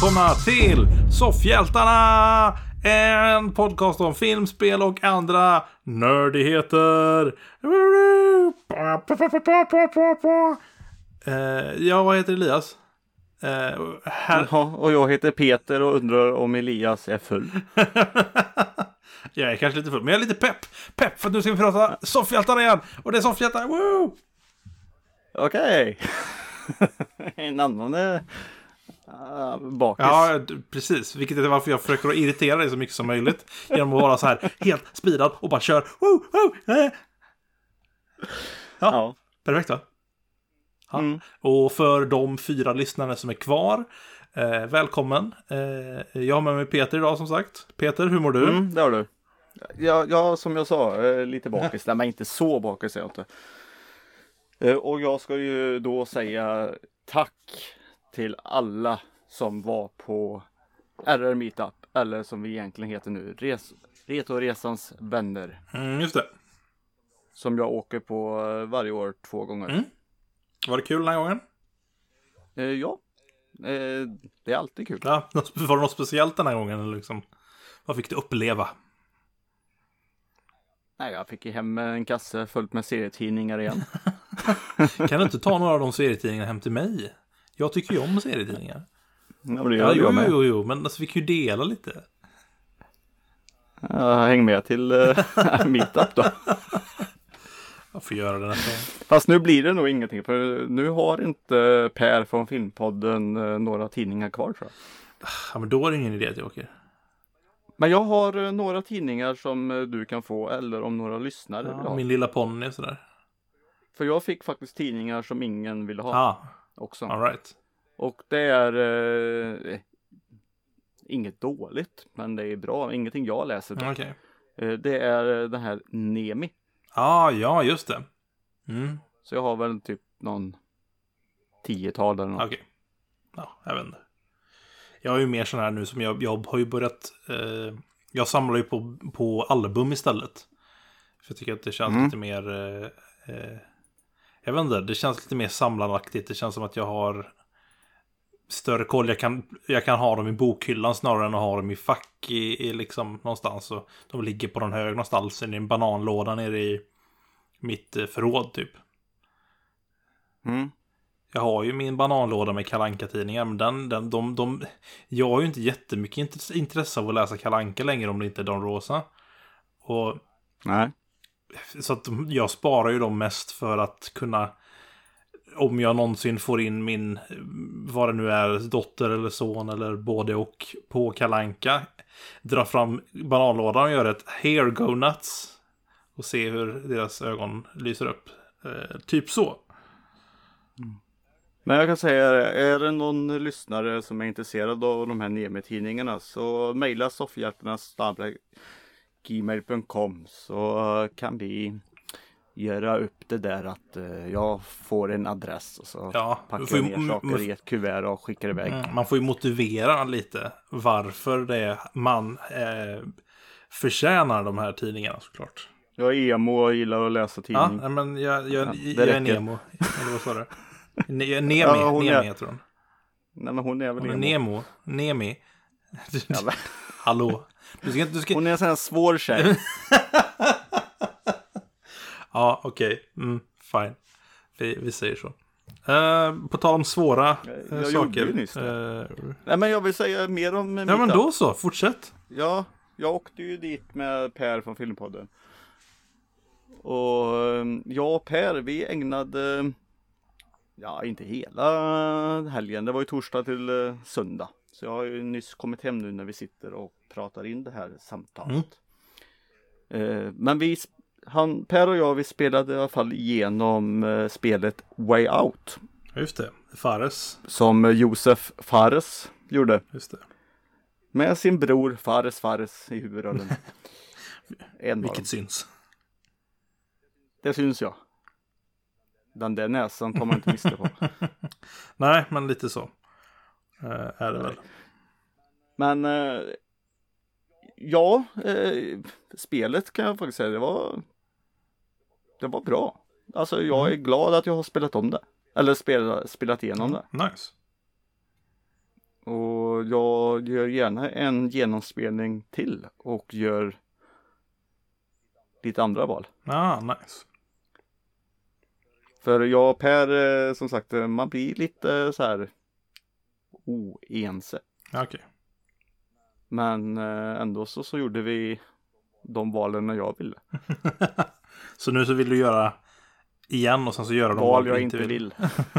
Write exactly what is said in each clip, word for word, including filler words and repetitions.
välkomna till Soffhjältarna! En podcast om film, spel och andra nördigheter. Uh, jag heter Elias. Uh, här... Ja, och jag heter Peter och undrar om Elias är full. Jag är kanske lite full, men jag är lite pepp. Pepp, för att nu ska vi prata Soffhjältarna igen. Och det är Soffhjältarna, woo! Okej. Okay. En annan är uh, bakis. Ja, precis. Vilket är varför jag försöker att irritera dig så mycket som möjligt. Genom att vara så här helt speedad och bara kör. Woo, woo, eh. Ja, ja, perfekt va? Ja. Mm. Och för de fyra lyssnarna som är kvar, eh, välkommen. Eh, jag har med mig Peter idag som sagt. Peter, hur mår du? Mm, det har du. Ja, ja, som jag sa, eh, lite bakis. Nej, men inte så bakis är jag inte. Eh, och jag ska ju då säga tack till alla som var på R R Meetup. Eller som vi egentligen heter nu, Res- Retoresans vänner. Mm, just det. Som jag åker på varje år två gånger. Mm. Var det kul den här gången? Eh, ja, eh, det är alltid kul. Ja, var det något speciellt den här gången? Eller liksom, vad fick du uppleva? Nej, jag fick hem en kasse fullt med serietidningar igen. Kan du inte ta några av de serietidningarna hem till mig? Jag tycker ju om serietidningar. Ja, men det gör ja, jo, jag med. jo, jo, men alltså, vi kan ju dela lite. Ja, häng med till uh, Meetup då. Jag får göra det nästa gång. Fast nu blir det nog ingenting. För nu har inte Per från Filmpodden uh, några tidningar kvar, tror jag. Ja, men då är det ingen idé att jag åker. Men jag har uh, några tidningar som uh, du kan få. Eller om några lyssnare ja, vill ha. Min lilla ponny och sådär. För jag fick faktiskt tidningar som ingen ville ha. Ah, också. All right. Och det är uh, inget dåligt. Men det är bra. Ingenting jag läser. Okej. Okay. Uh, det är uh, den här Nemi. Ah, ja, just det. Mm. Så jag har väl typ någon tiotal eller något. Okej. Okay. Ja, jag vet inte. Jag är ju mer sån här nu som jag, jag har ju börjat... Eh, jag samlar ju på, på album istället. För jag tycker att det känns mm. lite mer... Eh, eh, jag vet inte, det känns lite mer samlanaktigt. Det känns som att jag har större koll. Jag kan, jag kan ha dem i bokhyllan snarare än att ha dem i fack i, i liksom någonstans. Och de ligger på den hög någonstans i en bananlåda nere i mitt förråd typ. Mm. Jag har ju min bananlåda med Kalle Anka-tidningar, men den, den, de, de, jag har ju inte jättemycket intresse av att läsa Kalle Anka längre om det inte är Don Rosa. Och, nej. Så att jag sparar ju dem mest för att kunna, om jag någonsin får in min, vad det nu är, dotter eller son eller både och på Kalle Anka, dra fram bananlådan och göra ett hair go nuts och se hur deras ögon lyser upp. Eh, typ så. Mm. Men jag kan säga, är det någon lyssnare som är intresserad av de här Nemi-tidningarna så mejla soffhjältarna snabel-a gmail punkt com så kan vi göra upp det där att uh, jag får en adress och så ja, packar jag ner saker i ett kuvert och skickar iväg. Mm, man får ju motivera lite varför det är man eh, förtjänar de här tidningarna såklart. Jag är emo och gillar att läsa tidning. Ja, men jag, jag, ja, jag är en emo. Eller vad sa du? Ne- Nemi, ja, Nemi är... heter hon. Nej, men hon är väl hon är emo. Nemo. Nemi. Ja, men... Hallå. Du ska, du ska... Hon är en sån här svår tjej. Ja, okej. Okay. Mm, fine. Vi, vi säger så. Uh, på tal om svåra uh, jag saker. Gjorde ju nyss uh... Nej, men jag vill säga mer om... Ja, men då så. Fortsätt. Ja, jag åkte ju dit med Per från Filmpodden. Och jag och Per, vi ägnade... Ja, inte hela helgen. Det var ju torsdag till uh, söndag. Så jag har ju nyss kommit hem nu när vi sitter och pratar in det här samtalet. Mm. Uh, men vi, han, Per och jag, vi spelade i alla fall igenom uh, spelet Way Out. Just det, Fares. Som uh, Josef Fares gjorde. Just det. Med sin bror Fares Fares i huvudrollen. Vilket syns. Det syns jag. Den där näsan tar man inte miste på. Nej, men lite så. Uh, är det väl. Men uh, ja, uh, spelet kan jag faktiskt säga, det var det var bra. Alltså jag är glad att jag har spelat om det. Eller spelat, spelat igenom mm, det. Nice. Och jag gör gärna en genomspelning till och gör lite andra val. Ah, nice. För jag och Per, som sagt, man blir lite så här oense. Okej. Okay. Men ändå så, så gjorde vi de valen när jag ville. Så nu så vill du göra igen och sen så göra de val jag inte vill.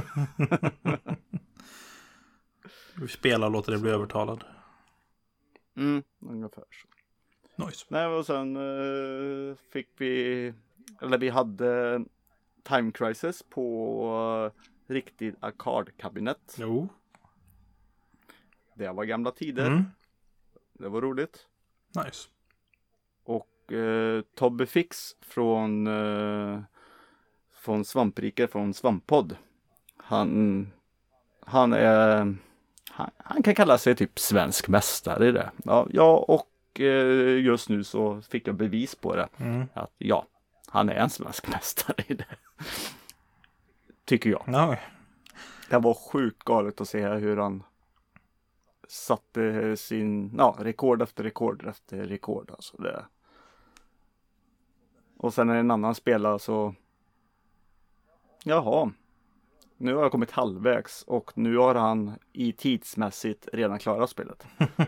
Vi spelar och låter det bli övertalad. Mm, ungefär så. Nice. Nej, och sen uh, fick vi, eller vi hade Time Crisis på uh, riktigt arkadkabinett. Jo. Det var gamla tider. Mm. Det var roligt. Nice. Och uh, Tobbe Fix från uh, från Svampriket, från Svamppodd. Han han är han, han kan kalla sig typ svensk mästare i det. Ja, ja och uh, just nu så fick jag bevis på det. Mm. Att ja, han är en svensk mästare i det. Tycker jag. No. Det var sjukt galet att se hur han satte sin ja, rekord efter rekord efter rekord. Alltså det. Och sen är det en annan spelare så jaha, nu har jag kommit halvvägs och nu har han i tidsmässigt redan klarat spelet.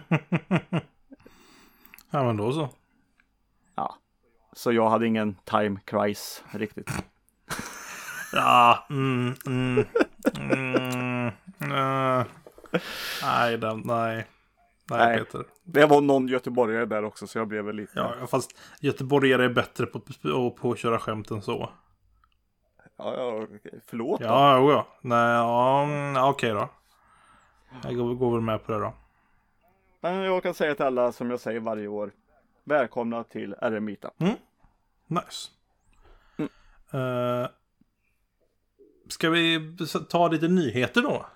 Ja, men då så. Ja, så jag hade ingen time crisis riktigt. Ja, mm, mm, mm, uh, nej, den, nej, nej, nej, Peter. Det var någon göteborgare där också så jag blev väl lite... Ja, fast göteborgare är bättre på, på, på att köra skämt än så. Ja, ja, förlåt då. Ja, jo, ja. Nej, ja, okej då. Jag går, går väl med på det då. Men jag kan säga till alla som jag säger varje år. Välkomna till R M Meetup. Mm. Nice. Mm. Uh, ska vi ta lite nyheter då?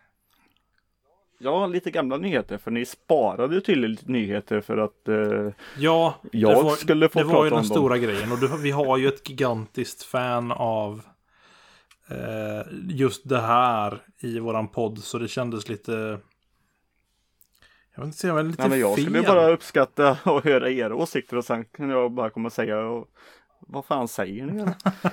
Ja, lite gamla nyheter. För ni sparade tydligen lite nyheter för att uh, ja, jag var, skulle få det prata var ju den om stora dem. grejen. Och du, vi har ju ett gigantiskt fan av uh, just det här i våran podd. Så det kändes lite... Jag vet inte säga, men lite ja, men jag fel. skulle bara uppskatta att höra era åsikter och sen kan jag bara komma och säga och, vad fan säger ni?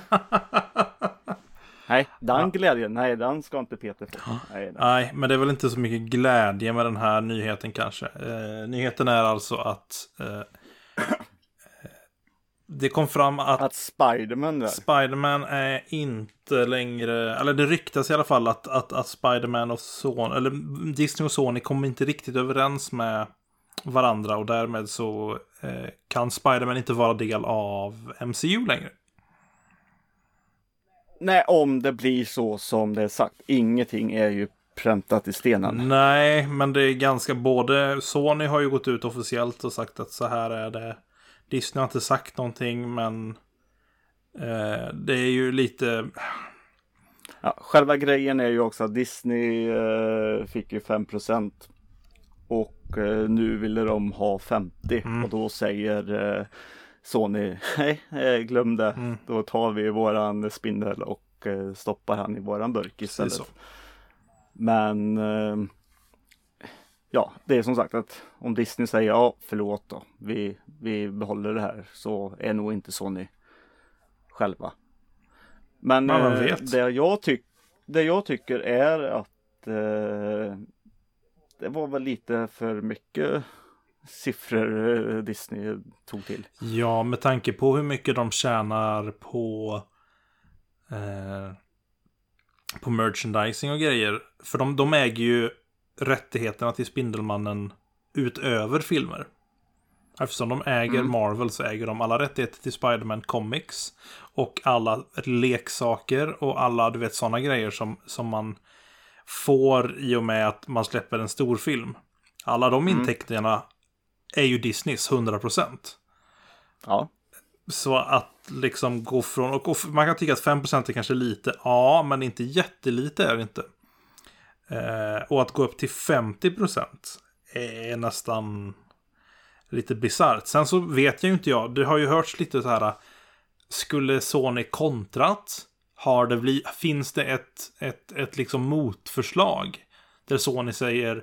Nej, den ja. glädjen, nej den ska inte Peter få. Nej, nej. nej, men det är väl inte så mycket glädje med den här nyheten kanske. Eh, nyheten är alltså att eh, det kom fram att, att Spider-Man där. Spider-Man är inte längre, eller det ryktas i alla fall att, att, att Spider-Man och Sony, eller Disney och Sony kommer inte riktigt överens med varandra och därmed så eh, kan Spider-Man inte vara del av M C U längre. Nej, om det blir så som det är sagt. Ingenting är ju präntat i stenen. Nej, men det är ganska, både Sony har ju gått ut officiellt och sagt att så här är det. Disney har inte sagt någonting, men eh, det är ju lite... Ja, själva grejen är ju också att Disney eh, fick ju fem procent och eh, nu ville de ha femtio mm. och då säger eh, Sony, nej, glöm det. Mm. Då tar vi våran spindel och eh, stoppar han i våran burk istället. Så. Men eh, ja, det är som sagt att om Disney säger ja, förlåt då, vi, vi behåller det här, så är nog inte Sony själva. Men Man eh, vet. Det, jag tyck- det jag tycker är att eh, det var väl lite för mycket siffror Disney tog till. Ja, med tanke på hur mycket de tjänar på eh, på merchandising och grejer. För de, de äger ju rättigheterna till Spindelmannen utöver filmer. Eftersom de äger mm. Marvel så äger de alla rättigheter till Spider-Man Comics och alla leksaker och alla, du vet, sådana grejer som, som man får i och med att man släpper en stor film. Alla de mm. intäkterna är ju Disneys hundra procent. Ja. Så att liksom gå från, och, och man kan tycka att fem procent är kanske lite, ja, men inte jättelite är det inte. Eh, och att gå upp till femtio procent är nästan lite bizarrt. Sen så vet jag ju inte jag, det har ju hörts lite så här, skulle Sony kontrat? Har det bli, finns det ett, ett, ett liksom motförslag där Sony säger,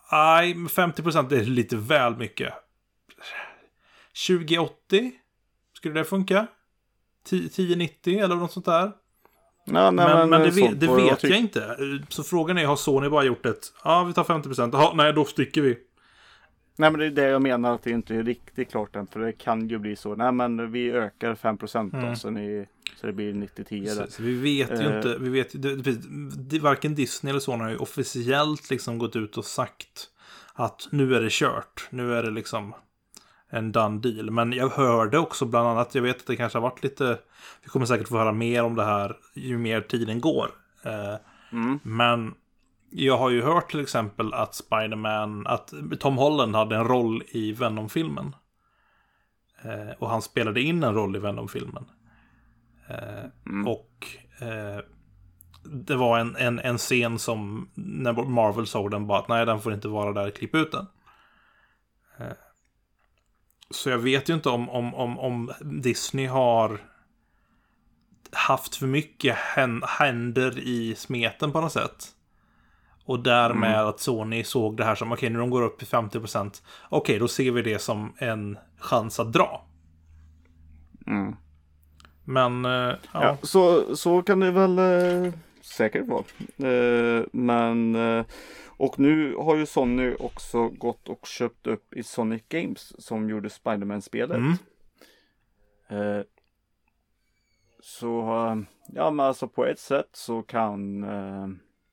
Nej, femtio procent är lite väl mycket. tjugo åttio? Skulle det funka? tio nittio eller något sånt där? Ja, nej, men, men, men det vet, det vet jag, jag inte. Så frågan är, har Sony bara gjort ett... Ja, vi tar femtio procent. Jaha, nej, då sticker vi. Nej, men det är det jag menar, att det inte är riktigt klart än. För det kan ju bli så. Nej, men vi ökar fem procent mm. då, så, ni, så det blir nittio tio där. Så vi vet ju uh, inte... Vi vet, det, det, det, varken Disney eller Sony har ju officiellt liksom gått ut och sagt att nu är det kört. Nu är det liksom en done deal. Men jag hörde också bland annat, jag vet att det kanske har varit lite... Vi kommer säkert få höra mer om det här ju mer tiden går. Uh, mm. Men... Jag har ju hört till exempel att Spider-Man, att Tom Holland hade en roll i Venom-filmen. Eh, och han spelade in en roll i Venom-filmen. Eh, mm. Och eh, det var en, en, en scen som, när Marvel såg den, bara att nej, den får inte vara där, klipp ut den. Eh, så jag vet ju inte om, om, om, om Disney har haft för mycket händer i smeten på något sätt. Och därmed mm. att Sony såg det här som, okej, okay, nu de går upp i femtio procent. Okej, okay, då ser vi det som en chans att dra. Mm. Men, uh, ja. ja. Så, så kan det väl uh, säkert vara. Uh, men, uh, och nu har ju Sony också gått och köpt upp i Sonic Games som gjorde Spider-Man-spelet. Mm. Uh, så, uh, ja men alltså på ett sätt så kan... Uh,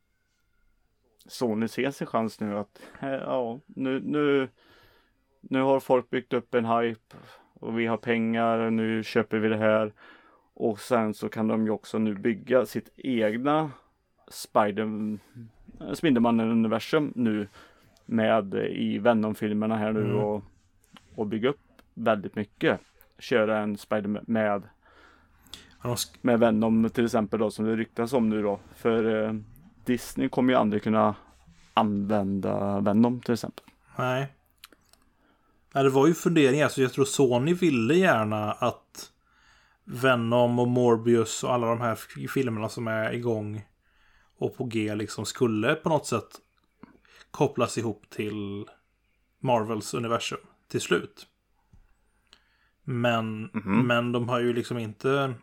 Sony ser sin chans nu att ja, nu, nu, nu har folk byggt upp en hype och vi har pengar, nu köper vi det här, och sen så kan de ju också nu bygga sitt egna Spider Spindelmannen-universum nu med i Venom-filmerna här nu mm. och, och bygga upp väldigt mycket, köra en Spider-Man med med Venom till exempel då, som det ryktas om nu då, för eh, Disney kommer ju aldrig kunna använda Venom till exempel. Nej. Nej, det var ju funderingar. Så jag tror Sony ville gärna att Venom och Morbius och alla de här filmerna som är igång och på G liksom skulle på något sätt kopplas ihop till Marvels universum till slut. Men, mm-hmm. men de har ju liksom inte...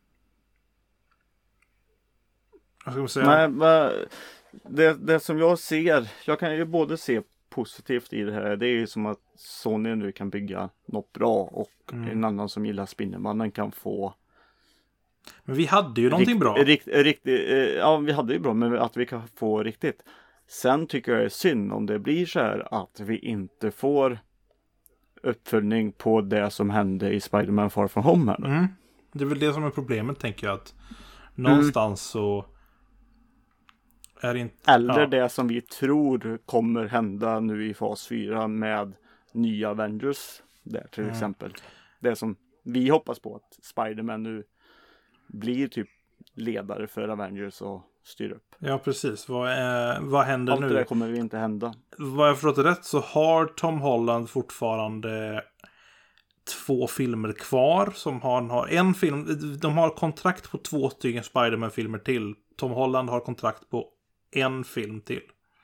Vad ska man säga? Nej, men det, det som jag ser, jag kan ju både se positivt i det här, det är ju som att Sony nu kan bygga något bra och mm. en annan som gillar Spindelmannen kan få. Men vi hade ju någonting rikt, bra. Rikt, rikt, ja, vi hade ju bra, men att vi kan få riktigt. Sen tycker jag det är synd om det blir så här att vi inte får uppföljning på det som hände i Spider-Man Far From Home här. Mm. Det är väl det som är problemet, tänker jag, att någonstans mm. så är det inte... Eller ja. det som vi tror kommer hända nu i fas fyra med nya Avengers där till mm. exempel. Det som vi hoppas på, att Spider-Man nu blir typ ledare för Avengers och styr upp. Ja, precis. Vad, är, vad händer Allt nu? Allt det där kommer vi inte hända. Vad jag förstått rätt så har Tom Holland fortfarande två filmer kvar som har, har en film, de har kontrakt på två stycken Spider-Man-filmer till. Tom Holland har kontrakt på en film till.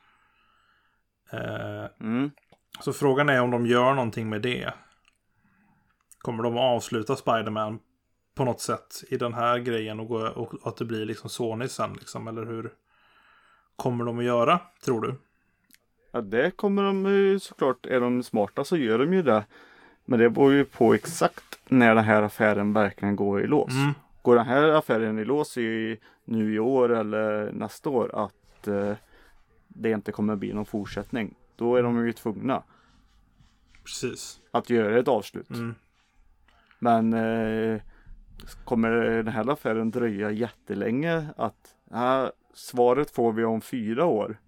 Eh, mm. Så frågan är om de gör någonting med det. Kommer de att avsluta Spider-Man på något sätt i den här grejen och, gå, och att det blir liksom Sony sen liksom, eller hur kommer de att göra, tror du? Ja, det kommer de ju såklart. Är de smarta så gör de ju det. Men det beror ju på exakt när den här affären verkligen går i lås. Mm. Går den här affären i lås i, nu i år eller nästa år att eh, det inte kommer bli någon fortsättning, då är de ju tvungna Precis. att göra ett avslut. Mm. Men eh, kommer den här affären dröja jättelänge att äh, svaret får vi om fyra år,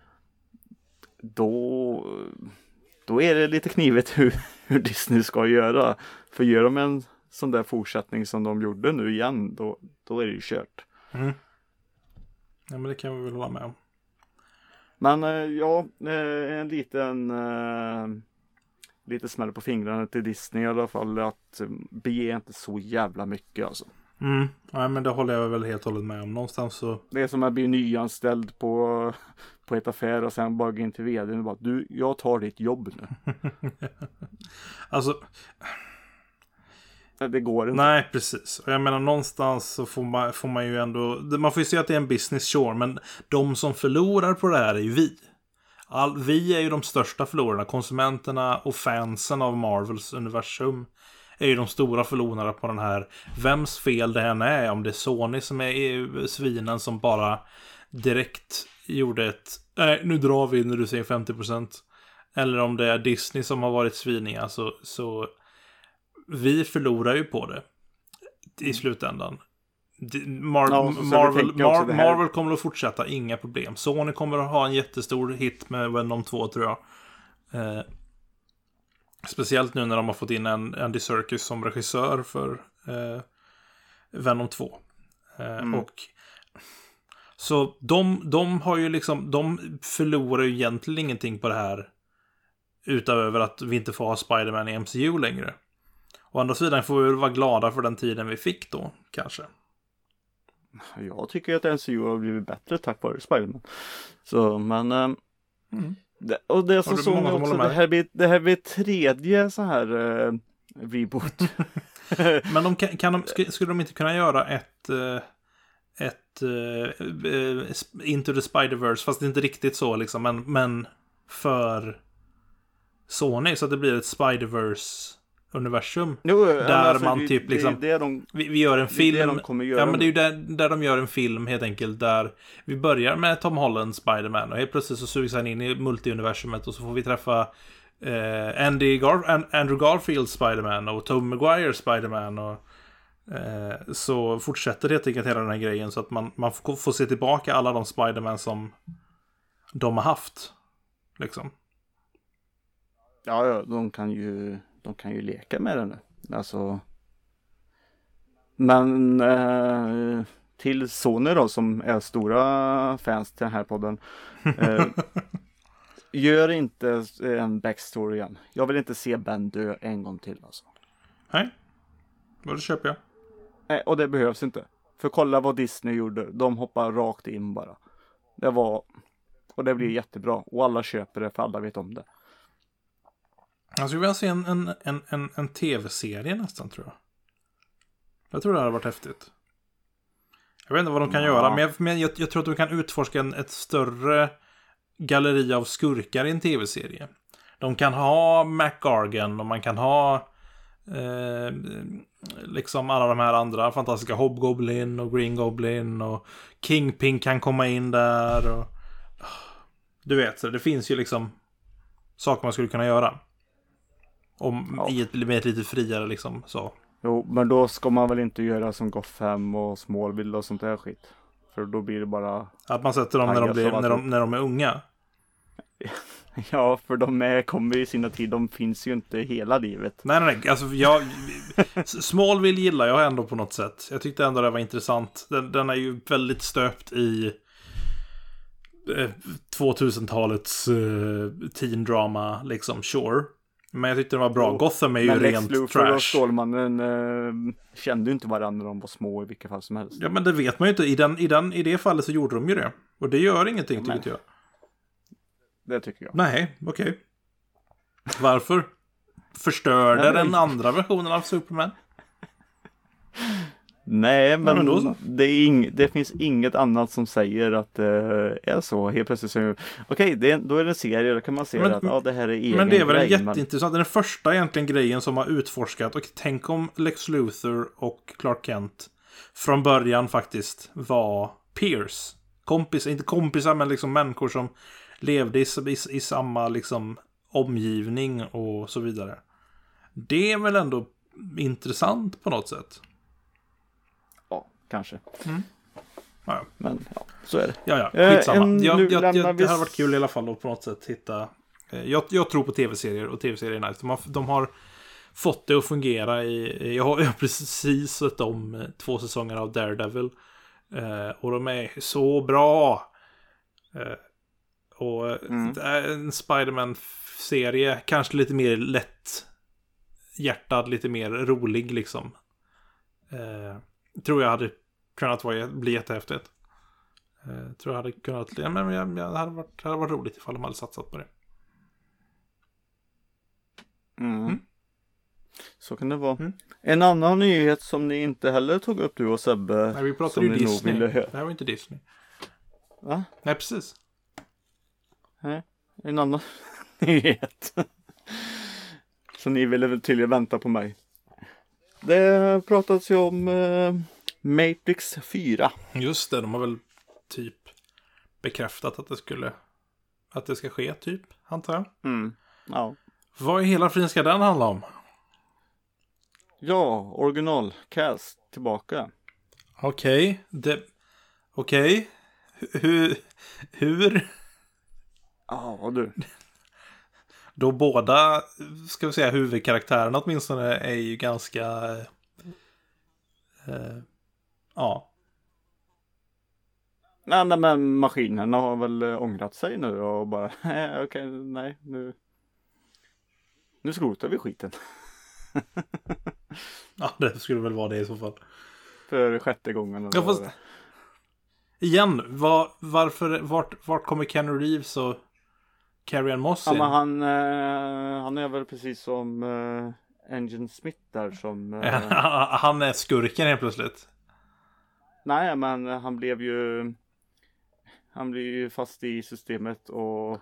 då då är det lite knivigt hur, hur Disney ska göra. För gör de en sån där fortsättning som de gjorde nu igen, då, då är det ju kört. Mm. Ja, men det kan vi väl hålla med om. Men ja, en liten äh, lite smäll på fingrarna till Disney i alla fall, att bege inte så jävla mycket alltså. Mm. Nej, men det håller jag väl helt och hållet med om. Någonstans så... Det är som att bli nyanställd på, på ett affär och sen bara gå in till vdn och bara, du, jag tar ditt jobb nu. Alltså... Det går inte. Nej, precis. Och jag menar, någonstans så får man, får man ju ändå... Man får ju se att det är en business, sure, men de som förlorar på det här är ju vi. All, vi är ju de största förlorarna. Konsumenterna och fansen av Marvels universum är ju de stora förlorarna på den här. Vems fel det än är, om det är Sony som är svinen som bara direkt gjorde ett nej, nu drar vi när du säger femtio procent. Eller om det är Disney som har varit sviniga, så, så vi förlorar ju på det i slutändan. Mar- ja, Marvel, Mar- Marvel kommer att fortsätta, inga problem. Sony kommer att ha en jättestor hit med Venom två, tror jag. Eh, speciellt nu när de har fått in en Andy Serkis som regissör för eh, Venom två. Eh, mm. Och så de, de har ju liksom, de förlorar ju egentligen ingenting på det här utöver att vi inte får ha Spider-Man i M C U längre. Å andra sidan får vi väl vara glada för den tiden vi fick då, kanske. Jag tycker att M C U har blivit bättre tack vare Spider-Man. Så, men... Ähm, mm. det, och det är så som också, det här, blir, det här blir tredje så här äh, reboot. Men de kan, kan de, skulle de inte kunna göra ett... Äh, ett uh, Into the Spider-Verse, fast det är inte riktigt så liksom, men, men för Sony, så att det blir ett Spider-Verse universum jo, där alltså, man typ det, liksom det de, vi, vi gör en film, det de ja men det är ju där, där de gör en film helt enkelt, där vi börjar med Tom Holland Spider-Man och helt plötsligt så sugs han in i multiuniversumet och så får vi träffa eh, Andy Gar- Andrew Garfield Spider-Man och Tobey Maguire Spider-Man och eh, så fortsätter det helt enkelt hela den här grejen, så att man, man får, får se tillbaka alla de Spider-Man som de har haft liksom. Ja, ja, de kan ju de kan ju leka med den nu. Alltså. Men eh, till Sony då, som är stora fans till den här podden. Eh, gör inte en backstory igen. Jag vill inte se Ben dö en gång till alltså. Nej. Vad köper jag? Nej, och det behövs inte. För kolla vad Disney gjorde. De hoppar rakt in bara. Det var... Och det blir jättebra. Och alla köper det, för alla vet om det. Alltså jag vill se en, en, en, en, en tv-serie nästan, tror jag. Jag tror det hade varit häftigt. Jag vet inte vad de kan ja. göra, men, jag, men jag, jag tror att de kan utforska en, ett större galleri av skurkar i en tv-serie. De kan ha McGargan och man kan ha eh, liksom alla de här andra fantastiska Hobgoblin och Green Goblin och Kingpin kan komma in där och du vet, så det finns ju liksom saker man skulle kunna göra. Om ja. i ett, med ett lite friare liksom så. Jo, men då ska man väl inte göra som Gotham och Smallville och sånt där skit. För då blir det bara... Att man sätter dem när de, blir, när de, när de är unga. Ja, för de är, kommer i sina tid. De finns ju inte hela livet. Nej, nej, nej. Alltså, jag, Smallville gillar jag ändå på något sätt. Jag tyckte ändå det var intressant. Den, den är ju väldigt stöpt i eh, tvåtusentalets eh, teen drama, liksom, sure. Men jag tyckte det var bra. Och, Gotham är ju rent trash. Men Lex Luthor och Stålmannen eh, kände ju inte varandra. De var små i vilka fall som helst. Ja, men det vet man ju inte. I, den, i, den, i det fallet så gjorde de ju det. Och det gör ingenting, ja, tycker jag. Det tycker jag. Nej, okej. Okay. Varför? Förstörde Nej, den andra versionen av Superman? Nej, men, Nej, men då det, är ing, det finns inget annat som säger att det är så. Helt plötsligt så okej, okay, då är det en serie, då kan man se men, att ja, det här är egen Men det är väl grej, jätteintressant. Men... Den första egentligen grejen som har utforskat, och tänk om Lex Luthor och Clark Kent från början faktiskt var peers. Kompis, inte kompisar, men liksom människor som levde i, i, i samma liksom omgivning och så vidare. Det är väl ändå intressant på något sätt. Ja, kanske. Mm. Ja. Men ja, så är det. Ja, ja, skitsamma. Eh, en, jag, jag, jag, jag, det hade varit kul i alla fall att på något sätt hitta... Eh, jag, jag tror på tv-serier och tv-serier är nice. De har, de har fått det att fungera i... Jag har, jag har precis sett om två säsonger av Daredevil. Eh, och de är så bra. Eh, och mm. en Spider-Man-serie kanske lite mer lätt hjärtad, lite mer rolig liksom. Eh, tror jag hade kunnat vara, bli jättehäftigt. Jag tror jag hade kunnat... Ja, men jag, jag hade, varit, hade varit roligt ifall de hade satsat på det. Mm. Mm. Så kan det vara. Mm. En annan nyhet som ni inte heller tog upp, du och Sebbe. Nej, vi pratade som ju ni nog Disney. ville hö- Det här var inte Disney. Va? Nej, precis. Nej, en annan nyhet. Så ni ville väl tydligen vänta på mig. Det pratas ju om eh, Matrix fyra. Just det, de har väl typ bekräftat att det skulle... Att det ska ske, typ, antar jag. Mm. Ja. Vad i hela friden ska den handla om? Ja, originalcast tillbaka. Okej, det... Okej. Hur... Hur... Ja, du. Då båda, ska vi säga, huvudkaraktärerna åtminstone är ju ganska... Eh, ja. Nej, nej, men maskinerna har väl eh, ångrat sig nu och bara, nej, okej, nej, nu. Nu skrotar vi skiten. Ja, det skulle väl vara det i så fall. För sjätte gången. Ja, fast... Igen, var, varför, vart, vart kommer Keanu Reeves och Carrie Ann Moss Ja, in? men han, eh, han är väl precis som eh, Agent Smith där som... Eh, Han är skurken helt plötsligt. nej, men han blev ju... Han blev ju fast i systemet och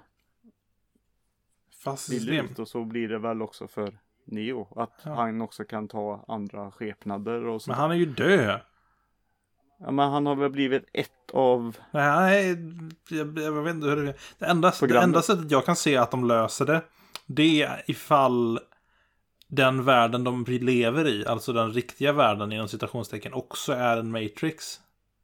Fast vill system. ut. Och så blir det väl också för Neo. Att Ja. han också kan ta andra skepnader och så. Men han är ju död. Ja, men han har väl blivit ett av... Nej, jag, jag vet inte hur det är. Det enda, det enda sättet jag kan se att de löser det, det är ifall den världen de lever i, alltså den riktiga världen inom citationstecken, också är en Matrix.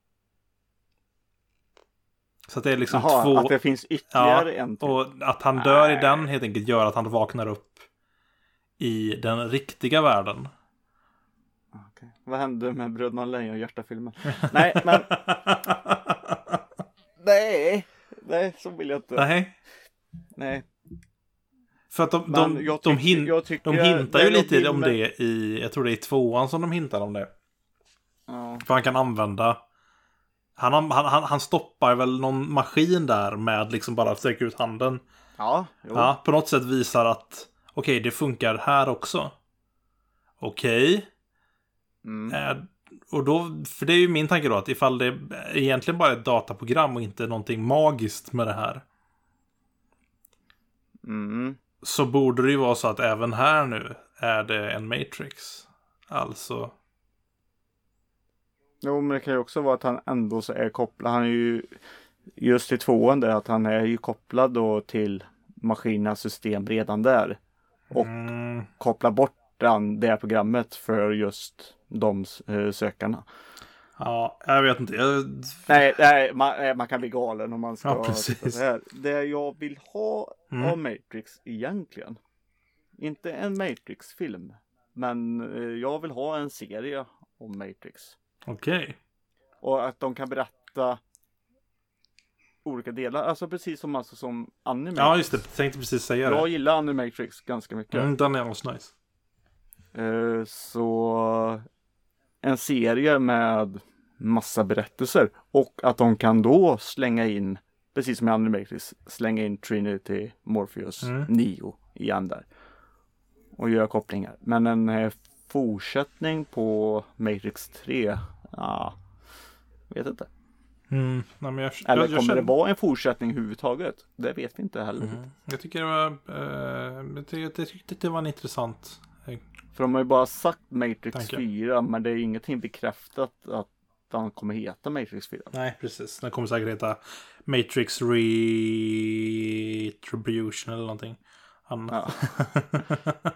Så att det är liksom Jaha, två... att det finns ytterligare ja, en till. och att han dör i den helt enkelt gör att han vaknar upp i den riktiga världen. Okay. Vad hände med Bröderna Lejonhjärta-filmen? Nej, men... nej, nej, så vill jag inte. Nej. Nej. För att de, Men de, jag de, tycker- hin, jag tycker de hintar det ju jag lite vill om med- det i, jag tror det är i tvåan som de hintar om det. Ja. För han kan använda, han, han, han, han stoppar väl någon maskin där med liksom bara sträcka ut handen. Ja, jo. Ja, på något sätt visar att okej, det funkar här också. Okej. Mm. Eh, och då, för det är ju min tanke då, att ifall det egentligen bara är ett dataprogram och inte någonting magiskt med det här, Mm. så borde det ju vara så att även här nu är det en Matrix. Alltså... Jo, men det kan ju också vara att han ändå så är kopplad. Han är ju just i tvåan där att han är ju kopplad då till maskinernas system redan där. Och Mm, kopplar bort den, det programmet för just de eh, sökarna. ja, jag vet inte. Jag... Nej, nej man, nej, man kan bli galen om man ska Ja, precis. titta så här. Det jag vill ha Mm. av Matrix egentligen. Inte en Matrix-film. Men eh, jag vill ha en serie om Matrix. Okej. Och att de kan berätta olika delar. Alltså precis som, alltså, som Animatrix. Ja, just det. Jag tänkte precis säga Jag det. gillar Animatrix ganska mycket. Mm, den är också nice. Eh, så en serie med massa berättelser. Och att de kan då slänga in, precis som i Animatrix, slänga in Trinity, Morpheus, Mm. Neo igen där. Och göra kopplingar. Men en eh, fortsättning på Matrix tre, ja, vet inte. Mm, nej, men jag, Eller jag, jag, kommer känner... det vara en fortsättning överhuvudtaget? Det vet vi inte heller. Mm. Jag tycker det var... Eh, jag, tyckte, jag tyckte det var en intressant... Eh, För de har ju bara sagt Matrix Tanke. fyra, men det är ingenting bekräftat att han kommer heta Matrix fyra. nej, precis. Den kommer säkert heta Matrix Retribution eller någonting annat. Ja.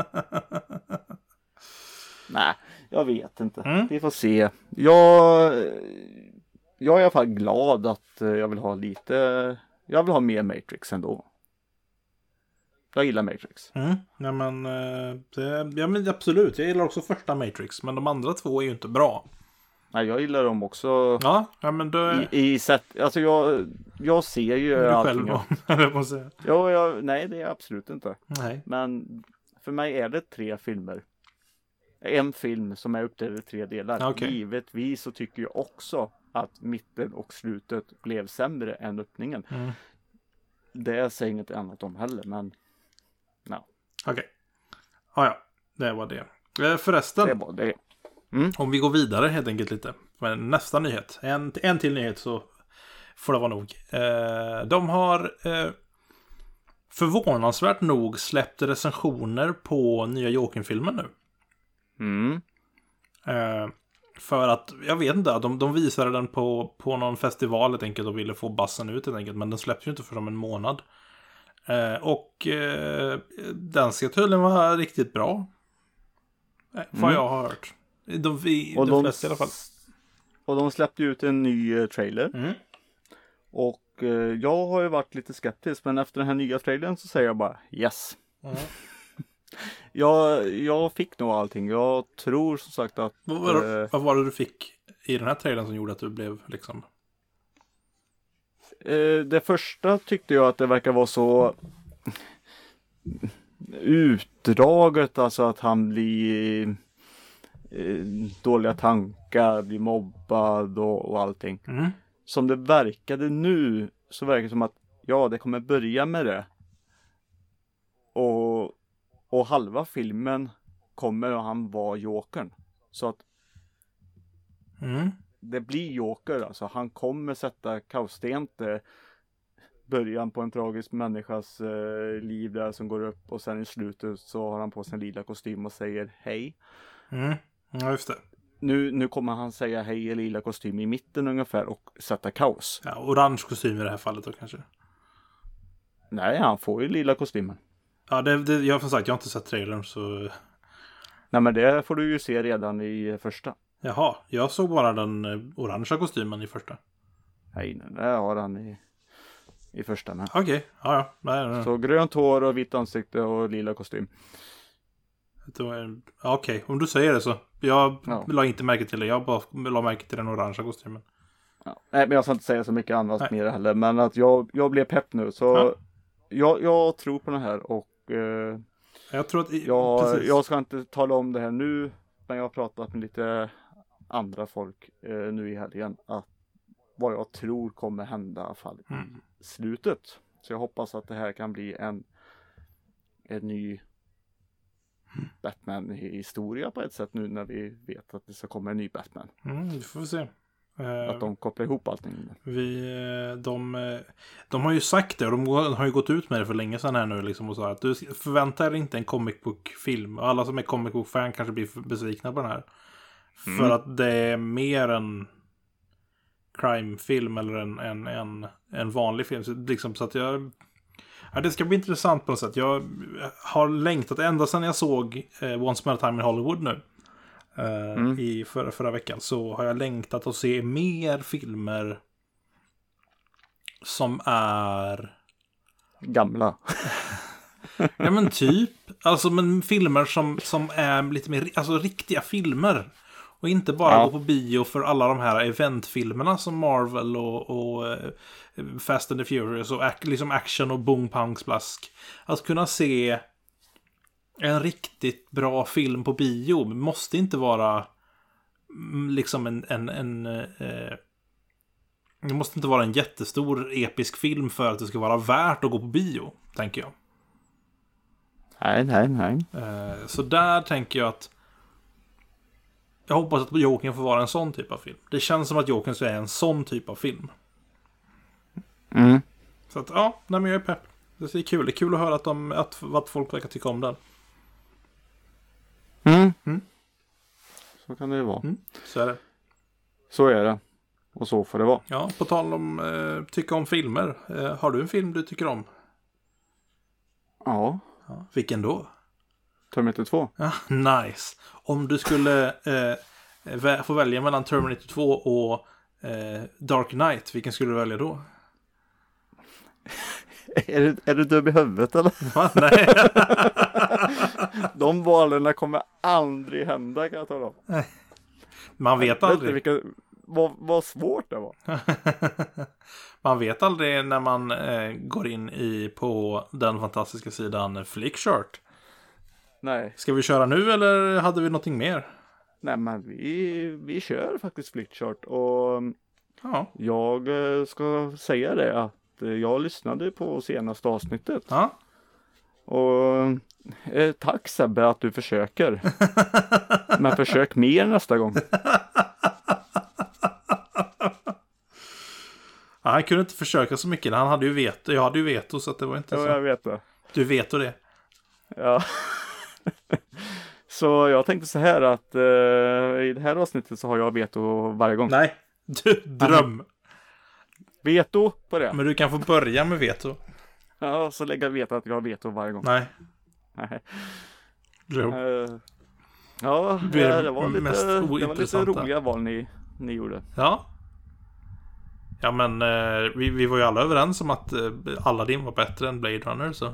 Nej, jag vet inte. Mm. Vi får se. Jag, jag är i alla fall glad att eh, jag vill ha lite, jag vill ha mer Matrix ändå. Jag gillar Matrix. Mm. Ja, men, eh, det, ja, men absolut. Jag gillar också första Matrix. Men de andra två är ju inte bra. Nej, jag gillar dem också Ja, ja men då är i, i sätt, alltså jag, jag ser ju du allting. själv då. Jag får säga. Ja, jag, nej, det är jag absolut inte. Nej. Men för mig är det tre filmer. En film som är uppdelad i tre delar. Okej. Givetvis så tycker jag också att mitten och slutet blev sämre än öppningen. Mm. Det säger inget annat om heller, men no. Okej. Okay. Ah, ja, det var det. Eh, förresten, det var det. Mm. Om vi går vidare helt enkelt lite. Men nästa nyhet. En, en till nyhet så får det vara nog. Eh, de har eh, förvånansvärt nog släppt recensioner på nya Joker-filmen nu. Mm. Eh, för att, jag vet inte, de, de visade den på, på någon festival helt enkelt och ville få bassen ut helt enkelt. Men den släpps ju inte för som en månad. Eh, och eh, den ska tydligen vara riktigt bra. Eh, vad Mm. jag har hört. De, vi, Och de, de flesta i alla fall. Och de släppte ut en ny eh, trailer. Mm. Och eh, jag har ju varit lite skeptisk, men efter den här nya trailern så säger jag bara yes. Mm. jag, jag fick nog allting. Jag tror som sagt att... Vad var, det, eh, vad var det du fick i den här trailern som gjorde att du blev liksom... eh, det första tyckte jag att det verkar vara så utdraget, alltså att han blir eh, dåliga tankar, blir mobbad och, och allting. Mm. Som det verkade nu så verkar det som att ja, det kommer börja med det. Och, och halva filmen kommer och han var Jokern. Så att Mm. det blir Joker, alltså han kommer sätta kaossten till början på en tragisk människas eh, liv där som går upp, och sen i slutet så har han på sig en lila kostym och säger hej. Mm. Ja, just det. Nu, nu kommer han säga hej i lila kostym i mitten ungefär och sätta kaos. Ja, orange kostym i det här fallet då kanske. Nej, han får ju lila kostymen. Ja, det, det, jag har som sagt, jag har inte sett trailern så... Nej, men det får du ju se redan i första. Jaha, jag såg bara den eh, orangea kostymen i första. Nej, nej, det har han i, i första med. Okej, okay. ja, ja. Nej, nej. Så grönt hår och vitt ansikte och lila kostym. Okej, okay. Om du säger det så. Jag Ja. la inte märke till det. Jag bara la märke till den orangea kostymen. Ja. Nej, men jag ska inte säga så mycket annat Nej. mer heller. Men att jag, jag blev pepp nu. Så Ja. jag, jag tror på den här. Och eh, Jag tror att... I, jag, precis. jag ska inte tala om det här nu. Men jag har pratat med lite andra folk eh, nu i helgen. Att vad jag tror kommer hända i alla fall i Mm. slutet. Så jag hoppas att det här kan bli en, en ny Batman-historia på ett sätt nu när vi vet att det ska komma en ny Batman. Mm, det får vi se. Eh, Att de kopplar ihop allting. Vi, eh, de, eh, de har ju sagt det och de har ju gått ut med det för länge sedan här nu liksom och sa att du förväntar dig inte en comic book-film. Och alla som är comic book-fan kanske blir besvikna på den här. Mm. För att det är mer en crime-film eller en, en, en, en vanlig film. Så, liksom, så att jag... Ja, det ska bli intressant på något sätt. Jag har längtat ända sedan jag såg eh, Once Upon a Time in Hollywood nu. Uh, Mm. i förra, förra veckan så har jag längtat att se mer filmer som är Gamla. ja men typ alltså men filmer som, som är lite mer alltså riktiga filmer och inte bara Ja. gå på bio för alla de här eventfilmerna som Marvel och, och uh, Fast and the Furious och ac- liksom action och boom pang splask. Att kunna se en riktigt bra film på bio måste inte vara liksom en, en, en eh, det måste inte vara en jättestor episk film för att det ska vara värt att gå på bio, tänker jag. Nej, nej, nej. Eh, så där tänker jag att jag hoppas att Jokern får vara en sån typ av film. Det känns som att Jokern så är en sån typ av film. Mm. Så att ja, nej men jag är pepp. Det är kul, det är kul att höra att, de, att, att folk verkar tycka om den. Mm. Mm. Så kan det ju vara. Mm, så är det. Så är det. Och så får det vara. Ja, på tal om eh, tycka om filmer. Eh, har du en film du tycker om? Ja. Ja, vilken då? Terminator två. Ja, nice. Om du skulle eh, vä- få välja mellan Terminator två och eh, Dark Knight, vilken skulle du välja då? är, du, är du dum i huvudet eller? Va? Nej. De valen kommer aldrig hända, kan jag tala om. Man vet Vet du aldrig. vilka, vad, vad svårt det var. Man vet aldrig när man eh, går in i på den fantastiska sidan Flickchart. Nej. Ska vi köra nu eller hade vi någonting mer? Nej, men vi, vi kör faktiskt Flickchart. Och Ja. Jag eh, ska säga det att eh, jag lyssnade på senaste avsnittet. Ja. Och eh, tack Sebbe att du försöker. Men försök mer nästa gång. Ja, han kunde inte försöka så mycket. Han hade ju veto. Jag hade ju veto så att det var inte Ja, så. jag vet det. Du vet det. Ja. Så jag tänkte så här att eh, i det här avsnittet så har jag veto varje gång. Nej, du, dröm. Veto på det. Men du kan få börja med veto. Ja, så lägga veto att jag har veto varje gång. Nej. Nej. Dröm. Uh, ja, Det är det, det var mest lite, det var lite ointressanta. roliga val ni, ni gjorde. Ja. Ja, men eh, vi, vi var ju alla överens om att eh, Aladdin var bättre än Blade Runner, så.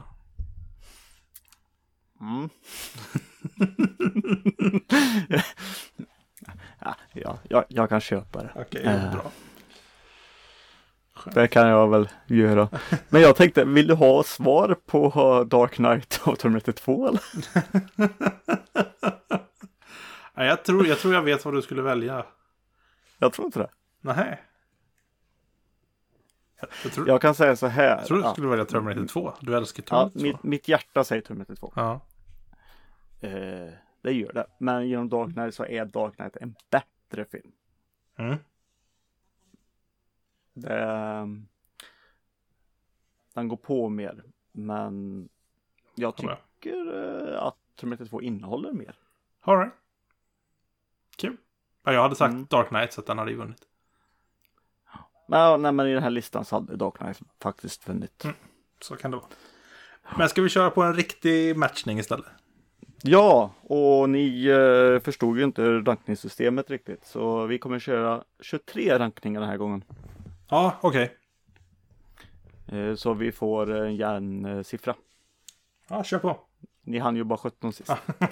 Mm. ja, ja, jag, jag kan köpa det. Okej, okay, uh, bra. Det kan jag väl göra. Men jag tänkte, vill du ha svar på Dark Knight och Terminator två eller? Ja, jag, tror, jag tror jag vet vad du skulle välja. Jag tror inte det. Nej. Jag, jag, tror, jag kan säga så här. Jag tror du skulle ja. välja Terminator två. Du älskar Terminator ja, mitt, mitt hjärta säger Terminator två. Ja. Eh, det gör det. Men genom Dark Knight så är Dark Knight en bättre film. Mm. Det, den går på mer. Men jag tycker eh, att Terminator två innehåller mer. All right. Kul. Ja, jag hade sagt Mm. Dark Knight så att den hade ju vunnit. Men, nej, men i den här listan så hade Dark Knight faktiskt vunnit. Mm. Så kan det vara. Men ska vi köra på en riktig matchning istället? Ja, och ni eh, förstod ju inte rankningssystemet riktigt. Så vi kommer köra tjugotre rankningar den här gången. Ja, okej. Okay. Eh, så vi får en järnsiffra. Ja, kör på. Ni hann ju bara sjutton sist.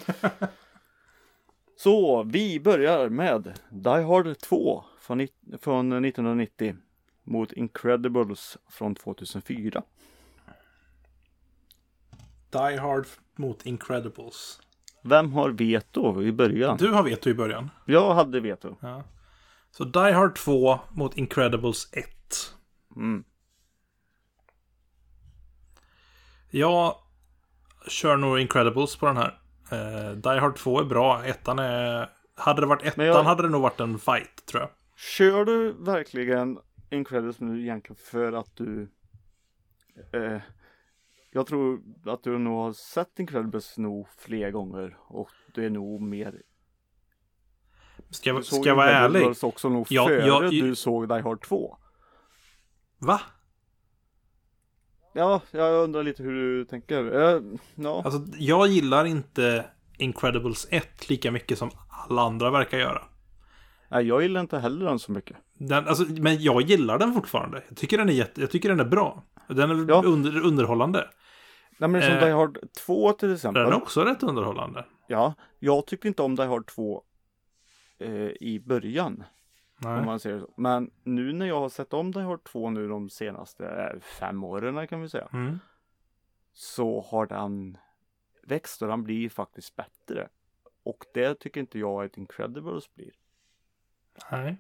Så vi börjar med Die Hard två från, från nittonhundranittio mot Incredibles från tvåtusenfyra. Die Hard mot Incredibles. Vem har veto i början? Du har veto i början. Jag hade veto. Ja. Så Die Hard två mot Incredibles ett. Mm. Jag kör nog Incredibles på den här. Uh, Die Hard två är bra. Ettan är... Hade det varit ettan jag... hade det nog varit en fight, tror jag. Kör du verkligen Incredibles nu egentligen för att du... Uh, jag tror att du nog har sett Incredibles nog fler gånger. Och du är nog mer... Ska jag, ska jag vara ärlig? Du såg också nog ja, före jag... du såg Die Hard två. Va? Ja, jag undrar lite hur du tänker. Uh, no. Alltså, jag gillar inte Incredibles ett lika mycket som alla andra verkar göra. Nej, jag gillar inte heller den så mycket. Den, alltså, men jag gillar den fortfarande. Jag tycker den är, jätte, jag tycker den är bra. Den är ja. under, underhållande. Nej, men som eh, Die Hard två till exempel. Den är också rätt underhållande. Ja, jag tyckte inte om Die Hard två eh, i början. Nej. Om man säger så. Men nu när jag har sett om Die Hard två nu de senaste eh, fem åren kan vi säga. Mm. Så har den växt och den blir faktiskt bättre. Och det tycker inte jag att Incredibles blir. Nej.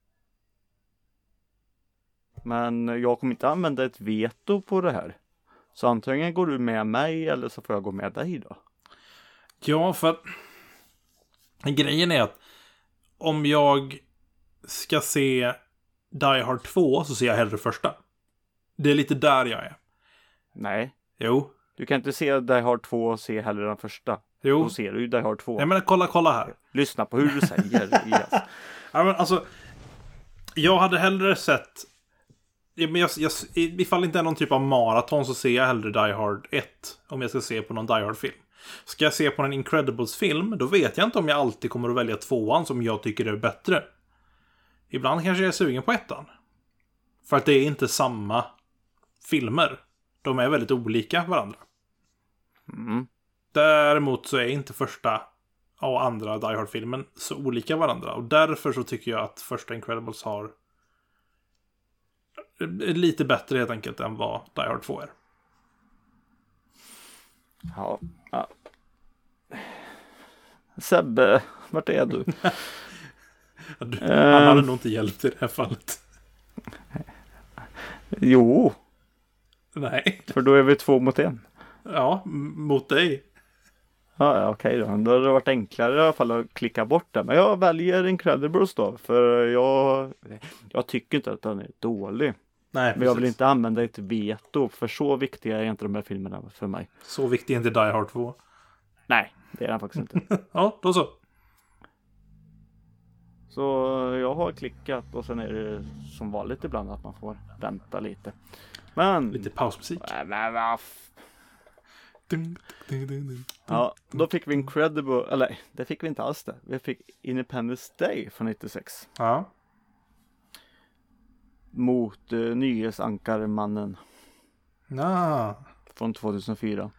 Men jag kommer inte använda ett veto på det här. Så antingen går du med mig eller så får jag gå med dig då. Ja, för att grejen är att om jag ska se Die Hard två så ser jag hellre första. Det är lite där jag är. Nej. Jo. Du kan inte se Die Hard två och se hellre den första. Jo. Då ser du ju Die Hard två. Nej, men kolla, kolla här. Lyssna på hur du säger. Yes. Ja, men alltså, jag hade hellre sett... Men jag, jag, ifall det inte är någon typ av maraton så ser jag hellre Die Hard ett. Om jag ska se på någon Die Hard-film. Ska jag se på en Incredibles-film, då vet jag inte om jag alltid kommer att välja tvåan som jag tycker är bättre. Ibland kanske jag är sugen på ettan. För att det är inte samma filmer. De är väldigt olika varandra. Mm. Däremot så är inte första och andra Die Hard-filmen så olika varandra. Och därför så tycker jag att första Incredibles har lite bättre helt enkelt än vad Die Hard två är. Ja. ja. Sebbe, vart är du? du han hade nog inte hjälpt i det här fallet. Jo. Nej. För då är vi två mot en. Ja, m- mot dig. Ja, ja okej då. Då hade det varit enklare i alla fall att klicka bort den. Men jag väljer Incredibles då. För jag, jag tycker inte att den är dålig. Nej, Men jag vill precis. inte använda ett veto. För så viktiga är inte de här filmerna för mig. Så viktig är inte Die Hard två. Nej, det är den faktiskt inte. Ja, då så. Så jag har klickat och sen är det som vanligt ibland att man får vänta lite. Men... Lite pausmusik. Äh, men vad f- Dun, dun, dun, dun. Ja, då fick vi Incredible, eller det fick vi inte alls det. Vi fick Independence Day från nittiosex. Ja. Mot uh, Nyhetsankarmannen Ja. från tvåtusenfyra.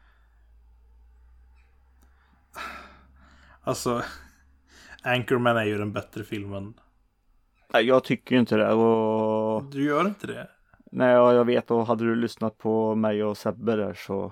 Alltså, Anchorman är ju den bättre filmen. Nej, jag tycker ju inte det. Och... Du gör inte det? Nej, ja, jag vet. Och hade du lyssnat på mig och Sebbe där så...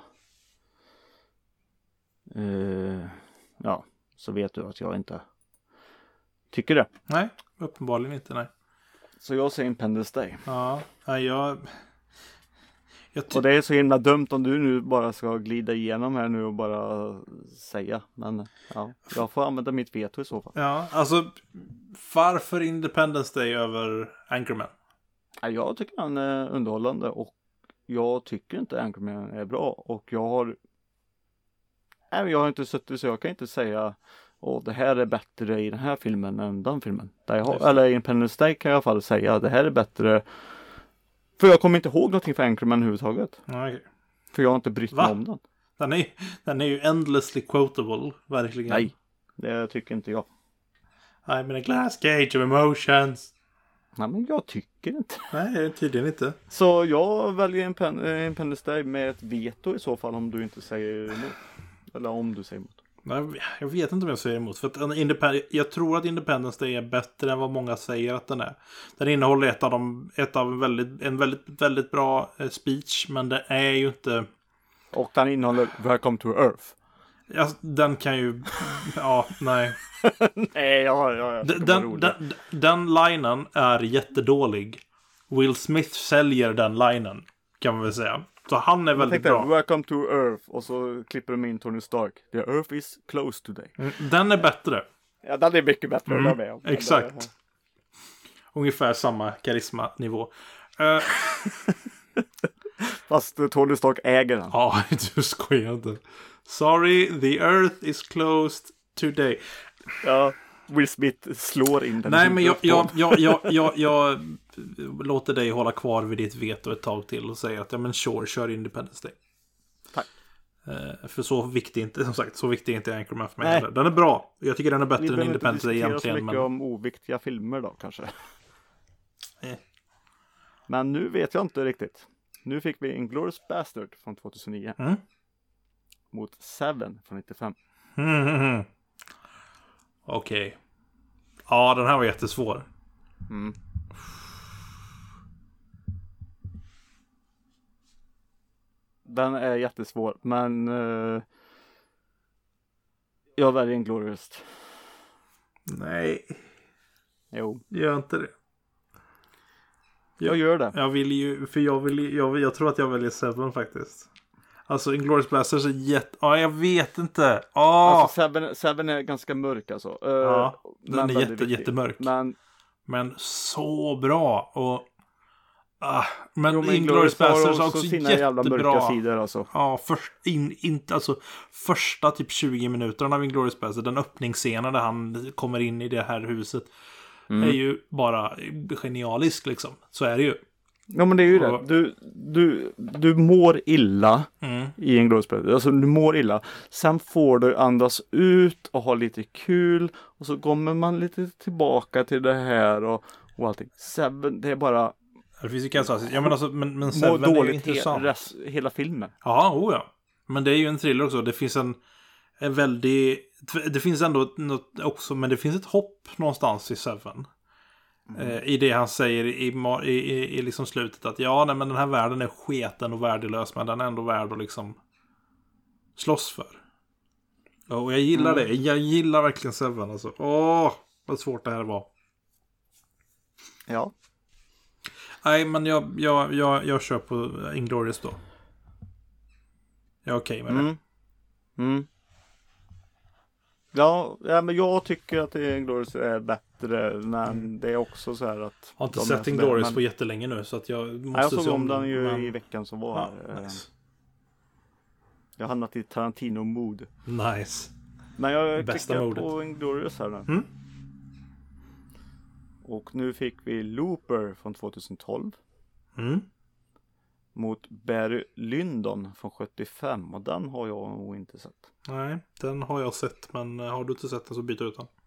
Uh, ja, så vet du att jag inte tycker det. Nej, uppenbarligen inte, nej. Så jag säger Independence Day. Ja, nej, jag... jag ty- Och det är så himla dumt om du nu bara ska glida igenom här nu och bara säga. Men ja, jag får använda mitt veto i så fall. Ja, alltså, varför Independence Day över Anchorman? Ja, jag tycker han är underhållande och jag tycker inte Anchorman är bra. Och jag har... Nej, jag har inte suttit så jag kan inte säga åh, det här är bättre i den här filmen än den filmen. Där jag har, eller i Independence Day kan jag i alla fall säga det här är bättre. För jag kommer inte ihåg någonting för Anchorman överhuvudtaget. Ja, okej. För jag har inte brytt mig Va? om den. Den är, den är ju endlessly quotable, verkligen. Nej, det tycker inte jag. I'm in a glass cage of emotions. Nej, men jag tycker inte. Nej, tydligen inte. Så jag väljer Independence Day med ett veto i så fall om du inte säger emot. Eller om du säger emot. Nej, jag vet inte om jag säger emot. För att en independ- jag tror att Independence Day är bättre än vad många säger att den är. Den innehåller ett av dem, ett av en väldigt, en väldigt, väldigt bra eh, speech. Men det är ju inte... Och den innehåller Welcome to Earth. Ja, den kan ju... Ja, nej. Nej, ja, ja, ja. Den, den, den, den linen är jättedålig. Will Smith säljer den linen, kan man väl säga. Så han är Jag väldigt tänkte, bra. Welcome to Earth. Och så klipper de in Tony Stark. The Earth is close today. Mm, Den är bättre. Ja, den är mycket bättre Mm, att med om. exakt. Ungefär samma karismanivå. Uh, Fast uh, Tony Stark äger den. ja, du skojar inte. Sorry, the earth is closed today. Ja, Will Smith slår in den. Nej, i men jag, huvudet på jag, jag, jag, jag, jag låter dig hålla kvar vid ditt veto ett tag till och säga att ja, men sure, kör Independence Day. Tack. Uh, för så viktig inte, som sagt, så viktig är inte Anchorman för mig Nej. heller. Den är bra. Jag tycker den är bättre Vi än behöver inte Independence Day diskutera så egentligen. mycket Men... om oviktiga filmer då kanske. Eh. Men nu vet jag inte riktigt. Nu fick vi Inglourious Bastard från tvåtusen nio. Mm. Mot Seven från nittiofem. Mm, mm, mm. Okej. Okay. Ja, den här var jättesvår. Mm. Den är jättesvår, men uh, jag väljer Inglourious. Nej, Jo, gör inte det. jag gör det. Jag vill ju, för jag vill ju, jag, jag tror att jag väljer Seven faktiskt. Alltså Inglourious Basterds är jätte... Ja, jag vet inte. Åh! Alltså Seven, Seven är ganska mörk alltså. Uh, Ja, den men är väldigt jätte, viktig. jättemörk. Men, Men så bra. Och... Ah, men jo, men Inglourious har Basterds är också också sina jävla mörka jättebra. sidor alltså. Ja, först, in, inte, alltså, första typ tjugo minuterna av Inglourious Basterds, den öppningsscenen där han kommer in i det här huset, Mm. är ju bara genialisk liksom. Så är det ju. Ja, men det är ju Och- det. Du, du, du mår illa Mm. i Inglourious Basterds. Alltså du mår illa. Sen får du andas ut och ha lite kul. Och så kommer man lite tillbaka till det här och, och allting. Seven, det är bara Det finns ju kanske, ja, men, alltså, men, men må Seven är ju dåligt intressant. he, res, hela filmen. Ja, oh ja. Men det är ju en thriller också. Det finns en, en väldigt... Det finns ändå något också, men det finns ett hopp någonstans i Seven. Mm. Eh, I det han säger i, i, i, i liksom slutet att ja, nej, men den här världen är sketen och värdelös, men den är ändå värd att liksom slåss för. Och jag gillar Mm. det. Jag gillar verkligen Seven. Alltså. Åh, vad svårt det här var. Ja. Nej, men jag, jag, jag, jag kör på Inglourious då. Jag är okej okay med mm. det. Mm. Ja, ja, men jag tycker att Inglourious är bättre, men mm. det är också så här att... Jag har inte sett Inglourious men... på jättelänge nu, så att jag måste ja, jag såg se om den ju men... i veckan som var. Ja, nice. Jag har hamnat i Tarantino-mood. Nice. Men jag klickar på Inglourious här nu. Mm. Och nu fick vi Looper från tjugohundratolv. Mm. Mot Barry Lyndon från sjuttiofem. Och den har jag nog inte sett. Nej, den har jag sett. Men har du inte sett den så byter ut den.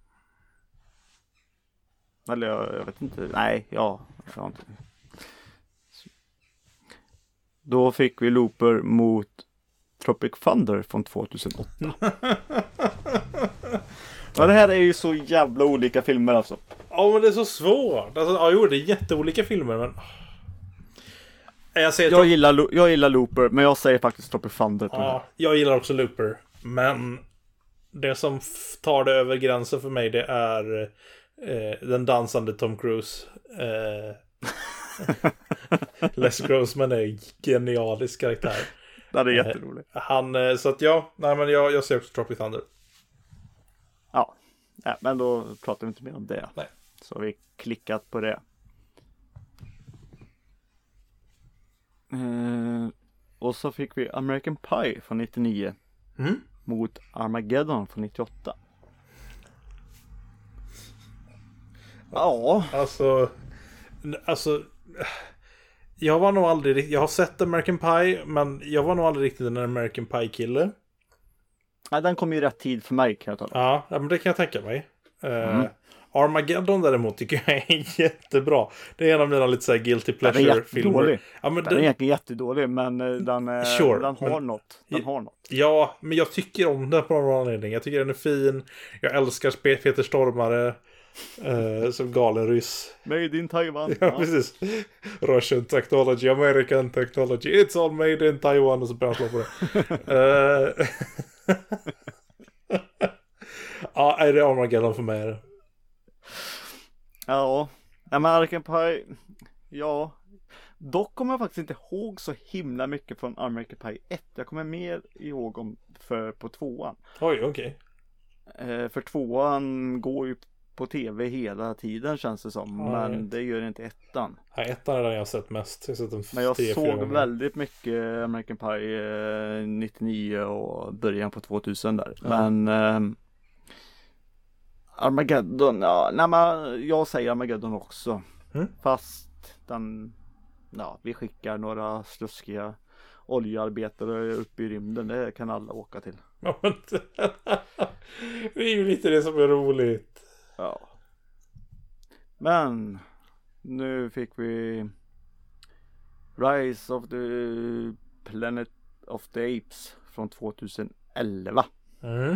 Eller jag, jag vet inte. Nej, ja. Jag inte. Då fick vi Looper mot Tropic Thunder från tjugohundraåtta. Ja, det här är ju så jävla olika filmer alltså. Ja, men det är så svårt. Alltså, ja, jo, det är jätteolika filmer, men... Jag, säger jag, gillar, jag gillar Looper, men jag säger faktiskt Tropic Thunder på ja, jag gillar också Looper. Men det som f- tar det över gränsen för mig, det är eh, den dansande Tom Cruise. Eh, Les Grossman är en genialisk karaktär. Det är jätteroligt. Eh, han, eh, så att ja, nej, men jag, jag ser också Tropic Thunder. Ja. Ja, men då pratar vi inte mer om det. Nej. Så har vi klickat på det. Eh, och så fick vi American Pie från nittionio. Mm. Mot Armageddon från nittioåtta. Ja. Alltså, alltså... Jag var nog aldrig... Jag har sett American Pie, men jag var nog aldrig riktigt en American Pie-kille. Nej, den kom ju rätt tid för mig, kan jag tala. Ja, men det kan jag tänka mig. Mm. Uh, Armageddon däremot tycker jag är jättebra. Det är en av mina lite så här guilty pleasure-filmer. Ja, men den, den är egentligen jättedålig, men den, är, sure, den har men, något. Den har något. Ja, men jag tycker om den på någon anledning. Jag tycker den är fin. Jag älskar Peter Stormare. Uh, som galen ryss. Made in Taiwan. Ja, precis. Russian technology, American technology. It's all made in Taiwan. Och så börjar han slå på det. uh, Ja, är det Armageddon för mig? Är det? Ja, American Pie. Ja. Dock kommer jag faktiskt inte ihåg så himla mycket från American Pie ett. Jag kommer mer ihåg om för på tvåan. Oj, okej. Okay. Eh, för tvåan går ju på tv hela tiden, känns det som. Ja, men det gör inte ettan. Ja, ettan är den jag har sett mest. Jag har sett den men jag tio, såg väldigt mycket American Pie eh, nittionio och början på tvåtusen där. Ja. Men eh, Armageddon, ja, nej, men jag säger Armageddon också. Mm. Fast den, ja, vi skickar några sluskiga oljearbetare upp i rymden. Det kan alla åka till. Ja, men det är ju lite det som är roligt. Ja. Men nu fick vi Rise of the Planet of the Apes från tjugoelva. Mm.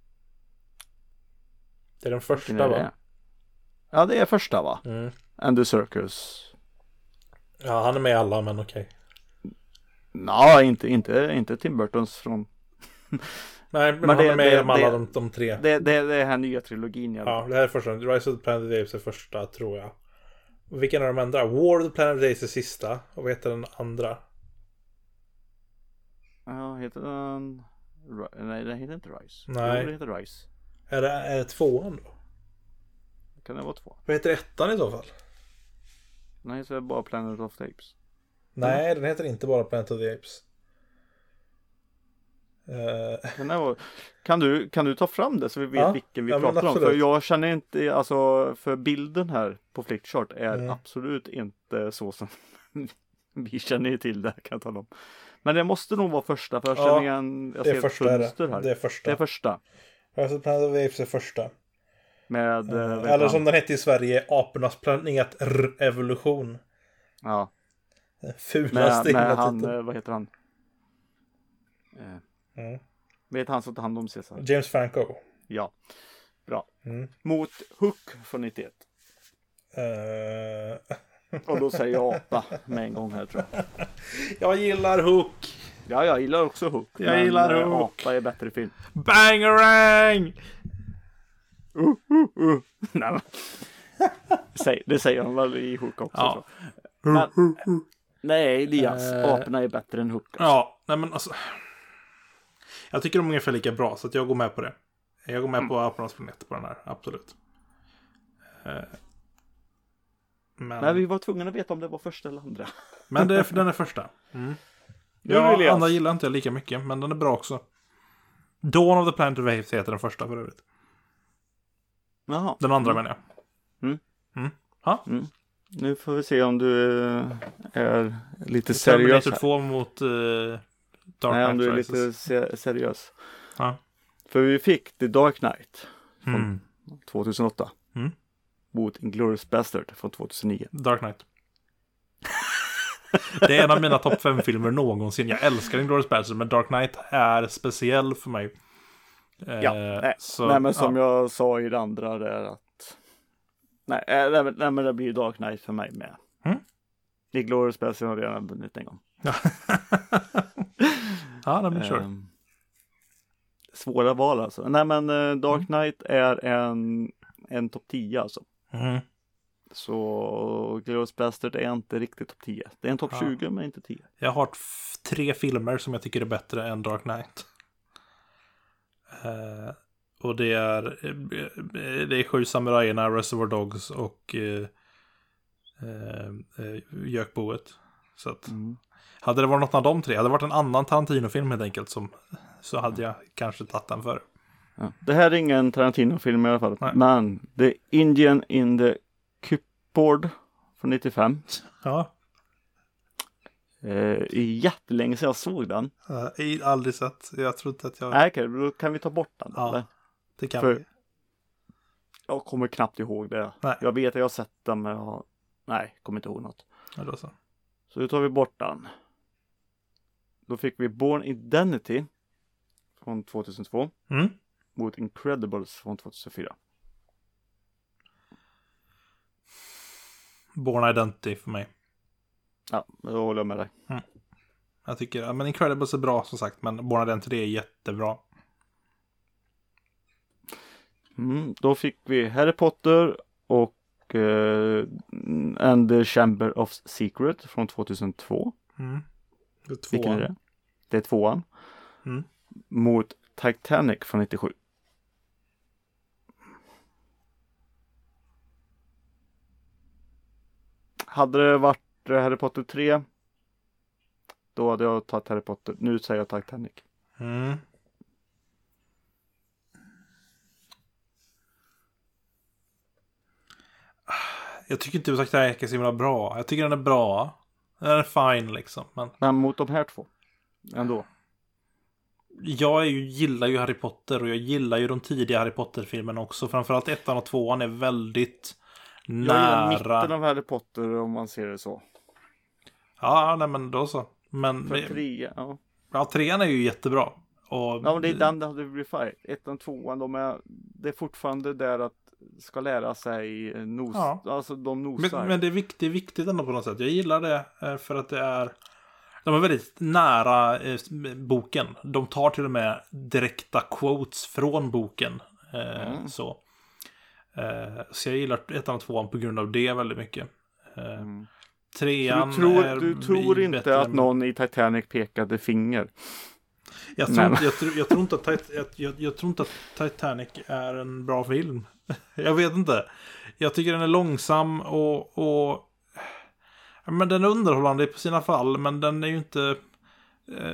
Det är den första, är va? Ja, det är första, va? Mm. And the Circus. Ja, han är med i alla, men okej. Okay. Nej, inte, inte, inte Tim Burtons från... Nej, men, men han det, är med det, alla det, de, de tre. Det, det, det är här nya trilogin. Ja, ja, det här är första. Rise of the Planet of the Apes är första, tror jag. Och vilken är de andra? War of the Planet of the Apes är sista. Och vad heter den andra? Ja, heter den... Nej, den heter inte Rise. Nej. Jo, det heter Rise. Är det, är det tvåan då? Kan det vara två? Vad heter ettan i så fall? Nej, så är det bara Planet of the Apes. Nej, mm. den heter inte bara Planet of the Apes. Uh... Var... Kan, du, kan du ta fram det så vi vet ja, vilken vi ja, pratar om? För jag känner inte, alltså, för bilden här på Flickchart är mm. absolut inte så som vi känner till det, kan jag tala om. Men det måste nog vara första, för jag känner ja, igen, jag det ser första är det. Här. Det är första. Det är första. Alltså Planet of the Apes är första. Med, uh, eller som den heter i Sverige, Apornas planet R-evolution. Ja. Fulaste med, med han, vad heter han? Mm. Vet han som tar hand om Cesar? James Franco. Ja, bra. Mm. Mot Hook från nittioett. Uh... Och då säger jag apa med en gång här, tror jag. Jag gillar Hook. Ja, jag gillar också Hook. Jag men gillar Hook. Apa är bättre film. Bangarang! Uh, uh, uh. Nej, men. Säg, det säger han väl i Hook också. Ja. Men, nej, Elias. Eh, aporna är bättre än Hook. Alltså. Ja, nej men alltså. Jag tycker de är ungefär lika bra, så att jag går med på det. Jag går med mm. på Apornas planet på den här, absolut. Eh, men... Nej, vi var tvungna att veta om det var första eller andra. Men det är, den är första. Mm. Ja, andra gillar inte jag lika mycket, men den är bra också. Dawn of the Planet of Apes heter den första för övrigt. Jaha. Den andra mm. menar jag. Mm. Mm. Ha? Mm. Nu får vi se om du är lite seriös här. två mot uh, Dark Nej, Knight om du är Rises. lite se- seriös. Ja. För vi fick The Dark Knight från Mm. tjugohundraåtta. Mm. Mot Inglourious Bastard från tjugohundranio. Dark Knight. Det är en av mina topp fem filmer någonsin. Jag älskar Inglourious Bastard, men Dark Knight är speciell för mig. Ja, eh, nej. Så, nej men som ja. jag sa i det andra där att nej, äh, nej, nej men det blir Dark Knight för mig med. Mm. Inglourious Bastard har redan vunnit en gång. Ja, ja men kör. Um, svåra val alltså. Nej men uh, Dark Knight är en, en topp tio alltså. Mm. Så Inglourious Bastard är inte riktigt topp tio. Det är en topp ja. tjugo men inte tio. Jag har f- tre filmer som jag tycker är bättre än Dark Knight. Uh, och det är det är Sju samurajerna, Reservoir Dogs och uh, uh, uh, Gökboet. Så att mm. hade det varit något av de tre, hade det varit en annan Tarantino-film helt enkelt, som, så hade jag kanske tagit den för. Ja. Det här är ingen Tarantino-film i alla fall. Nej. Men The Indian in the Cupboard från nittiofem. Ja. Eh, jättelänge sedan jag såg den. Uh, aldrig sett. Jag tror inte att jag... Nej, okej, då kan vi ta bort den. Ja, eller? det kan För vi. Jag kommer knappt ihåg det. Nej. Jag vet att jag har sett den, men jag har... Nej, kommer inte ihåg något. Ja, då så. Så då tar vi bort den. Då fick vi Born Identity från tjugohundratvå. Mm. Mot Incredibles från tjugohundrafyra. Born Identity för mig. Ja, då håller jag med dig. Mm. Jag tycker, ja, men Incredibles är bra som sagt, men Born Identity är jättebra. Mm, då fick vi Harry Potter och uh, And the Chamber of Secret från tjugohundratvå. Mm. Det är Vilken är det? Det är tvåan. Mm. Mot Titanic från nittiosju. Hade det varit Harry Potter tre, då hade jag tagit Harry Potter. Nu säger jag Titanic. Mm. Jag tycker inte att Titanic är så himla bra. Jag tycker den är bra. Den är fine liksom. Men, men mot de här två ändå. Jag är ju, gillar ju Harry Potter, och jag gillar ju de tidiga Harry Potter-filmerna också. Framförallt ettan och tvåan är väldigt nära. Jag gillar mitten av Harry Potter om man ser det så. Ja, nej men då så. Men för tre, ja. Ja, trean är ju jättebra. Och, ja, men det är den det hade blivit färg. Ettan och tvåan, de är, det är fortfarande där att ska lära sig nos. Ja. Alltså de nosar. Men, men det är viktigt, viktigt ändå på något sätt. Jag gillar det för att det är... De är väldigt nära eh, boken. De tar till och med direkta quotes från boken. Eh, mm. Så. Eh, så jag gillar ettan och tvåan på grund av det väldigt mycket. Eh, mm. Trean du tror, är du tror inte att någon i Titanic pekade finger? Jag tror, inte, jag, tror, jag, tror inte att, jag, jag, jag tror inte att Titanic är en bra film. Jag vet inte. Jag tycker den är långsam och... och men den är underhållande på sina fall, men den är ju inte... Eh...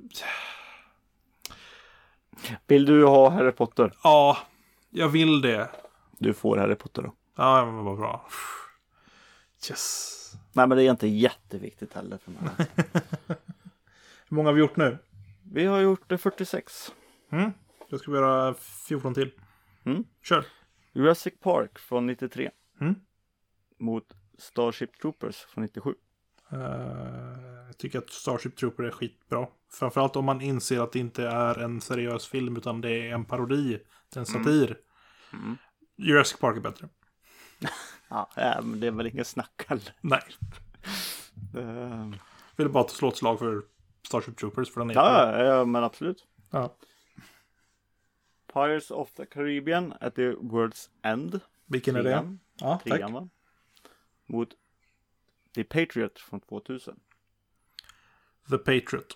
Vill du ha Harry Potter? Ja, jag vill det. Du får Harry Potter då. Ja, men vad bra. Yes. Nej, men det är inte jätteviktigt heller för mig. Hur många har vi gjort nu? Vi har gjort fyrtiosex. Mm. Då ska vi göra fjorton till. Mm. Kör. Jurassic Park från nittiotre. Mm. Mot Starship Troopers från nittiosju. Uh, jag tycker att Starship Troopers är skitbra. Framförallt om man inser att det inte är en seriös film, utan det är en parodi. Det är en satir. Mm. Mm. Jurassic Park är bättre. Ja, men det är väl ingen snack heller. Nej. uh... Vill bara slå ett slag för Starship Troopers, för den är ja, ja, men absolut. Ja. Pirates of the Caribbean at the World's End. Vilken Trian. är det? Ja, Trian, tack. Va? Mot The Patriot från tvåtusen. The Patriot.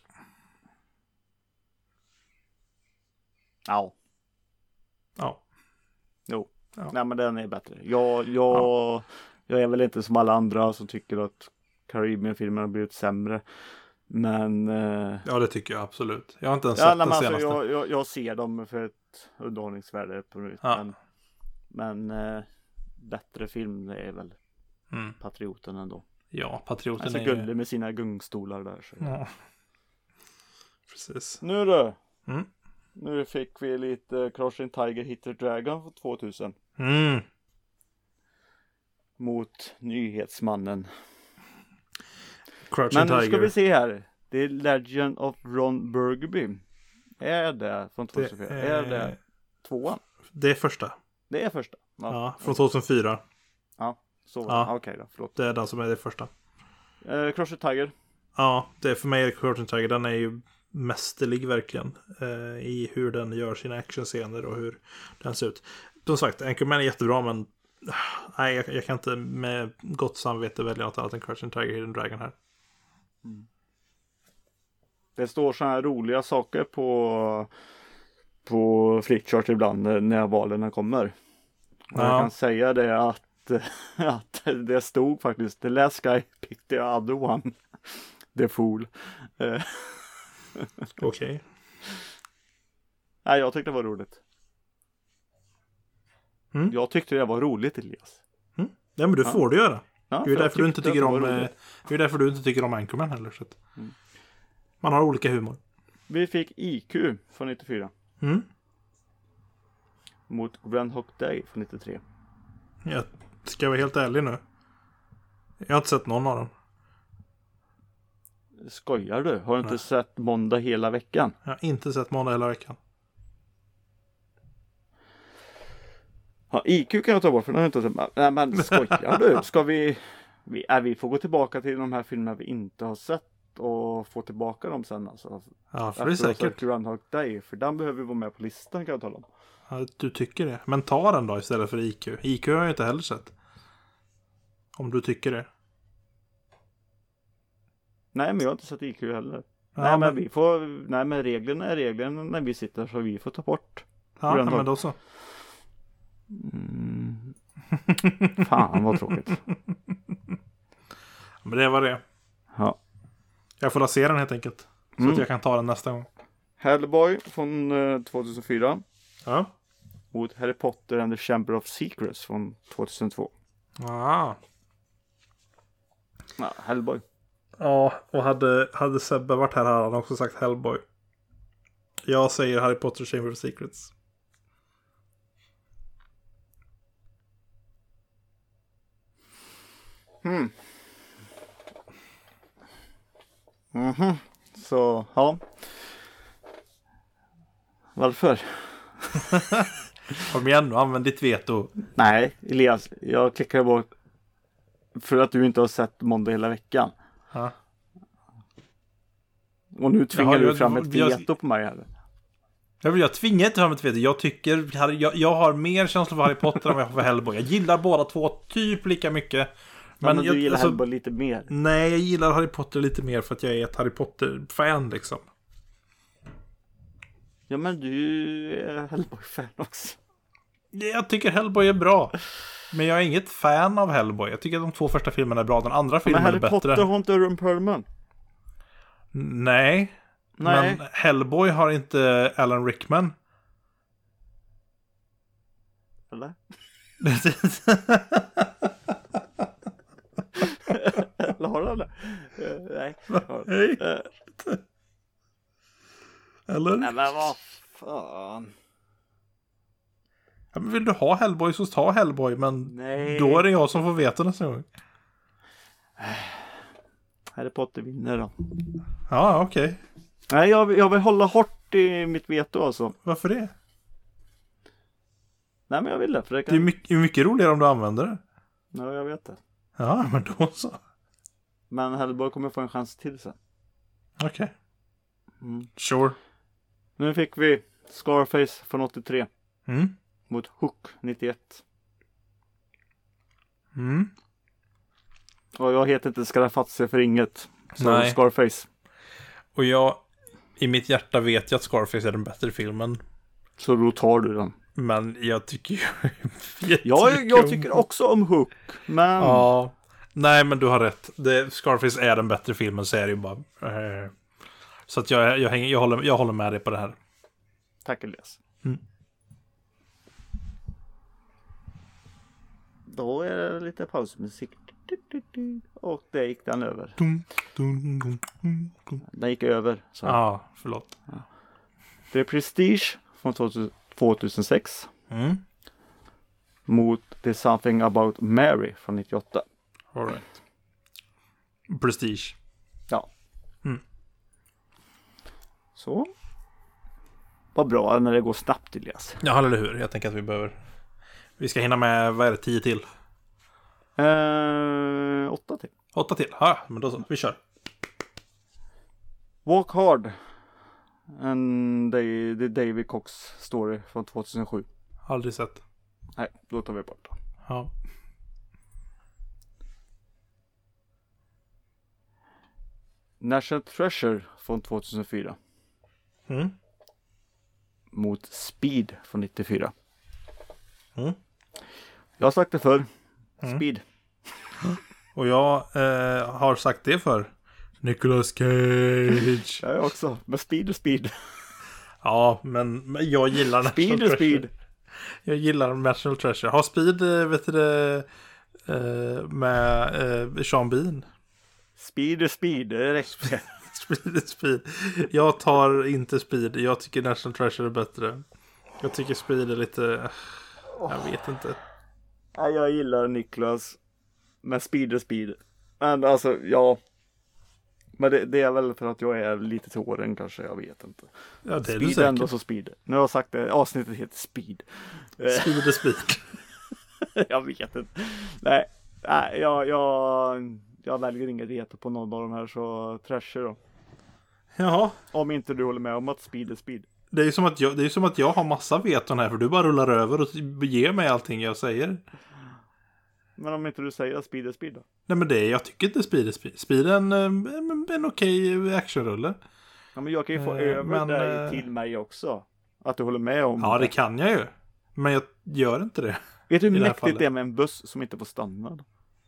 Ja. Ja. Jo. Ja. Nej, men den är bättre. Jag, jag, ja. jag är väl inte som alla andra som tycker att Karibien-filmerna har blivit sämre. Men... Eh... Ja, det tycker jag absolut. Jag har inte ens ja, sett nej, den alltså, senaste. jag, jag, jag ser dem för ett underhållningsvärde på nytt. Ja. Men, men eh, bättre film är väl Mm. Patrioten ändå. Ja, Patrioten Alltså är gullig ju... med sina gungstolar där. Så. Ja. Precis. Nu då. Mm. Nu fick vi lite Crouching Tiger, Hidden Dragon för tvåtusen. Mm. Mot Nyhetsmannen. Crouching Men nu Tiger. ska vi se här. Det är Legend of Ron Burgundy. Är det från tvåtusenfyra? Det är... är... är det tvåan? Det är första. Det är första. Ja, Ja, från tvåtusenfyra. ja så var det. Ja. Ja. Okej då, förlåt. Det är den som är det första. Eh, Crouching Tiger. Ja, det är för mig är Crouching Tiger. Den är ju mästerlig verkligen. Eh, I hur den gör sina actionscener och hur den ser ut. Som sagt, Anchorman är jättebra, men nej, jag, jag kan inte med gott samvete välja något annat än Crouching Tiger, Hidden Dragon här. Mm. Det står såna här roliga saker på på Flickchart ibland när valen kommer. Och Ja. jag kan säga det att, att det stod faktiskt The last guy picked the other one. The fool. Eh, Okej. Okay. Nej, jag tyckte det var roligt. Mm. Jag tyckte det var roligt, Elias. Mm. Ja, men du Ja. får det göra. Ja, Det är för därför jag du inte tyckte tycker att det om var eh, roligt. det är därför du inte tycker om Anchorman heller. Så att Mm. man har olika humor. Vi fick I Q från nittiofyra. Mm. Mot Groundhog Day från nittiotre. Jag ska vara helt ärlig nu. Jag har inte sett någon av dem. Skojar du? Har du inte Nej. sett Måndag hela veckan? Jag har inte sett måndag hela veckan. Ja, I Q kan jag ta bort för den har jag inte sett. Nej, men skojar du? Ska vi... Vi, äh, vi får gå tillbaka till de här filmerna vi inte har sett och få tillbaka dem sen alltså. Ja, för det är Efter att ha säkert. sett Groundhog Day, för den behöver vara med på listan kan jag tala om. Ja, du tycker det. Men ta den då istället för I Q. I Q har jag inte heller sett. Om du tycker det. Nej, men jag har inte sett I Q heller. Ja, nej, men, men- vi får... Nej, men reglerna är reglerna när vi sitter så vi får ta bort. Ja, Groundhog. men då så. Mm. Fan vad tråkigt. Men det var det. Ja. Jag får la se den helt enkelt. Så Mm. att jag kan ta den nästa gång. Hellboy från eh, tvåtusenfyra. Ja. Mot Harry Potter and the Chamber of Secrets från tvåtusentvå. Ah. Ja, Hellboy. Ja, och hade, hade Sebbe varit här hade han också sagt Hellboy. Jag säger Harry Potter Chamber of Secrets. Mm. Mhm. Så, ja. Varför? Kom igen nu, använd ditt veto. Nej, Elias, jag klickar bort för att du inte har sett Måndag hela veckan. Ja. Och nu tvingar Jaha, du jag- fram ett jag- veto på mig här. Jag, vill, jag tvingar inte fram ett veto. Jag tycker, jag, jag har mer känslor för Harry Potter än vad jag har för Hellboy. Jag gillar båda två typ lika mycket. Men, ja, men jag, du gillar alltså, Hellboy lite mer. Nej, jag gillar Harry Potter lite mer för att jag är ett Harry Potter-fan liksom. Ja, men du är Hellboy-fan också. Jag tycker Hellboy är bra. Men jag är inget fan av Hellboy. Jag tycker att de två första filmerna är bra. Den andra Men filmen Harry är bättre. Potter har inte Ron Perlman. Nej. Nej. Men Hellboy har inte Alan Rickman. Eller? Eller har han det? Eh, nej. Nej. Eh, Eller? nej, men vad fan. Ja, men vill du ha Hellboy så ta Hellboy. Men Nej. då är det jag som får veta nästa gång. Harry Potter vinner då. Ja, okej. Nej, jag, jag vill hålla hårt i mitt veto alltså. Varför det? Nej, men jag vill det. För det Det är kan... mycket, mycket roligare om du använder det. Ja, jag vet det. Ja, men då så. Men Hellboy kommer få en chans till sen. Okej. Mm. Sure. Nu fick vi Scarface från åttiotre Mm. mot Hook nittioett. Mm. Och jag heter inte Scarface för inget. Så Nej. Scarface. Och jag, i mitt hjärta vet jag att Scarface är den bättre filmen. Så då tar du den. Men jag tycker ju... jag, jag tycker också om Hook. Men... Ja. Nej, men du har rätt. Det, Scarface är den bättre filmen, så är det ju bara... Eh. Så att jag, jag, hänger, jag, håller, jag håller med dig på det här. Tack Elias. Mm. Då är det lite pausmusik. Och det gick den över. Dum, dum, dum, dum, dum. Den gick över. Ja, ah, förlåt. Ja. Det är Prestige från tvåtusensex. Mm. Mot The Something About Mary från nittioåtta. All right. Prestige. Ja. Mm. Så. Vad bra när det går snabbt, Elias. Ja, eller hur? Jag tänker att vi behöver... Vi ska hinna med, vad är det, tio till? Eh, åtta till. Åtta till? Ja, men då så. Vi kör. Walk Hard. En Day, The David Cox story från tvåtusensju. Aldrig sett. Nej, då tar vi bort den. Ja. National Treasure från tvåtusenfyra. Mm. Mot Speed från nittiofyra. Mm. Jag har sagt det förr. Mm. Speed. Och jag eh, har sagt det för Nicolas Cage. Jag också. Men Speed och Speed. Ja, men, men jag gillar Speed National och Treasure. Speed. Jag gillar National Treasure. Har Speed, vet du det, eh, med eh, Sean Bean. Speed och Speed, det räcker. Speed är Speed. Jag tar inte Speed. Jag tycker National Treasure är bättre. Jag tycker Speed är lite... Jag vet inte. Nej, jag gillar Niklas. Med Speed och Speed. Men alltså, ja. Men det, det är väl för att jag är lite till åren kanske, jag vet inte. Ja, det är Speed är ändå så Speed. Nu har jag sagt det, avsnittet heter Speed. Speed är Speed. Jag vet inte. Nej, nej jag, jag, jag väljer inget veto på någon av de här, så Treasure då. Jaha. Om inte du håller med om att Speed är Speed. Det är ju som att jag, det är som att jag har massa veton här, för du bara rullar över och ger mig allting jag säger. Men om inte du säger att Speed är Speed då? Nej, men det är, jag tycker inte Speed är Speed. Speed är en, en, en okej actionrulle. Ja, men jag kan ju få Eh, över men, dig eh, till mig också. Att du håller med om Ja, det kan jag ju. Men jag gör inte det. Vet du hur i det här mäktigt fallet. det är med en buss som inte får stanna?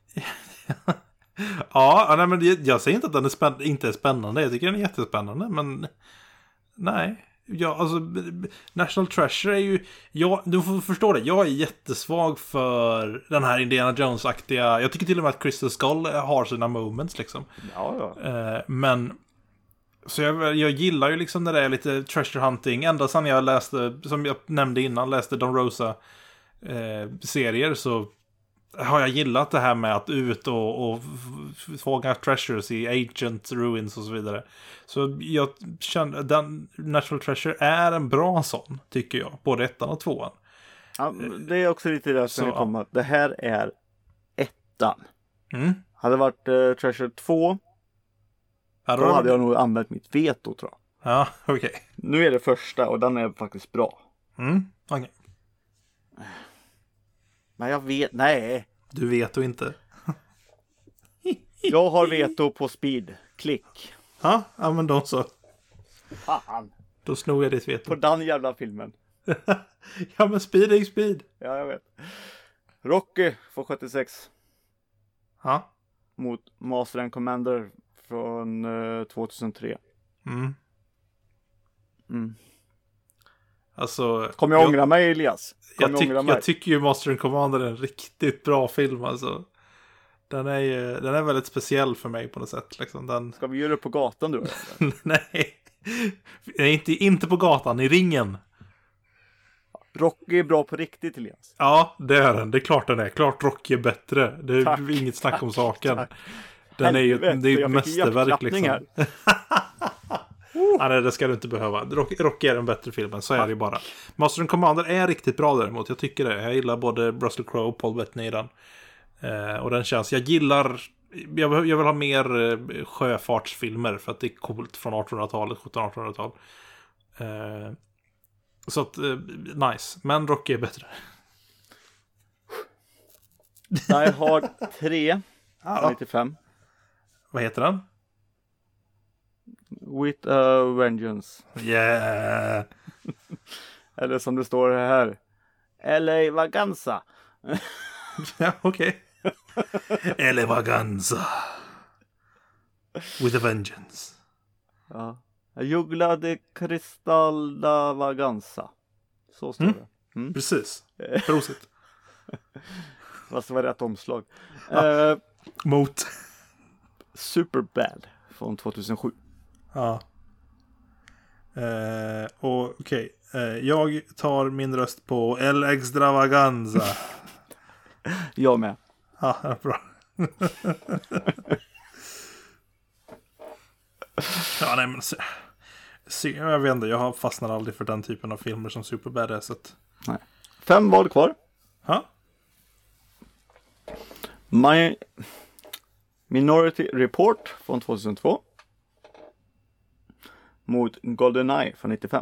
Ja, nej, men jag, jag säger inte att den är spänn- inte är spännande. Jag tycker den är jättespännande, men nej. Ja, alltså, National Treasure är ju... Ja, du får förstå det. Jag är jättesvag för den här Indiana Jones-aktiga... Jag tycker till och med att Crystal Skull har sina moments, liksom. Ja, ja. Eh, men... Så jag, jag gillar ju liksom när det är lite treasure hunting. Ända sedan jag läste, som jag nämnde innan, läste Don Rosa eh, serier, så har jag gillat det här med att ut och, och fånga treasures i Ancient Ruins och så vidare. Så jag känner, den National Treasure är en bra sån, tycker jag. Både ettan och tvåan. Ja, det är också lite där som Så, jag kommer. Det här är ettan. Mm. Hade det varit uh, Treasure två, Ja, då hade jag nog använt mitt veto, tror jag. Ja, okej. Okay. Nu är det första och den är faktiskt bra. Mm, okej. Okay. Men jag vet, nej. Du vet och inte. Jag har veto på Speed. Klick. Ja, ja, men då så. Fan. Då snor jag ditt veto. På den jävla filmen. Ja, men Speed är Speed. Ja, jag vet. Rocky från sjuttiosex. Ja. Mot Master and Commander från uh, tvåtusentre. Mm. Mm. Alltså... Kommer jag, jag ångra mig, Elias? Jag, tyck, jag, jag tycker ju Master and Commander är en riktigt bra film, alltså. Den är ju, den är väldigt speciell för mig på något sätt, liksom. Den... Ska vi göra det på gatan då? Nej. Inte, inte på gatan, i ringen. Rocky är bra på riktigt, Elias. Ja, det är den. Det är klart den är. Klart Rocky är bättre. Det är tack, inget snack tack, om saken. Tack. Den är ju, Helvete, det är ju ett mästerverk, liksom. Här. Ja, nej, det ska du inte behöva. Rocky, Rocky är en bättre film, så är det ju bara. Master and Commander är riktigt bra däremot. Jag tycker det. Jag gillar både Russell Crowe och Paul Bettany i den. Eh, och den känns... Jag gillar... Jag, jag vill ha mer eh, sjöfartsfilmer, för att det är coolt från artonhundratalet, sjuttonhundra-artonhundratal. Eh, så att... Eh, nice. Men Rocky är bättre. Die Hard tre Ja. nittiofem. Vad heter den? With a Vengeance. Yeah! Eller som det står här. L A Vaganza. Ja, okej. Okay. Elevaganza. With a vengeance. Ja. Jugla de Cristalla Vaganza. Så står Mm. det. Mm. Precis. Prosit. Fast det var rätt omslag. Ja. Uh, Mot. Superbad från tvåtusensju. Ja. Uh, och okej. Okay. Uh, jag tar min röst på El Extravaganza. Jag med. Ja, bra. Ja, nej men se, se, jag vet inte, jag fastnar aldrig för den typen av filmer som Superbad är, så att... Nej. Fem val kvar. Ja. My Minority Report från tvåtusentvå mot GoldenEye från nittiofem.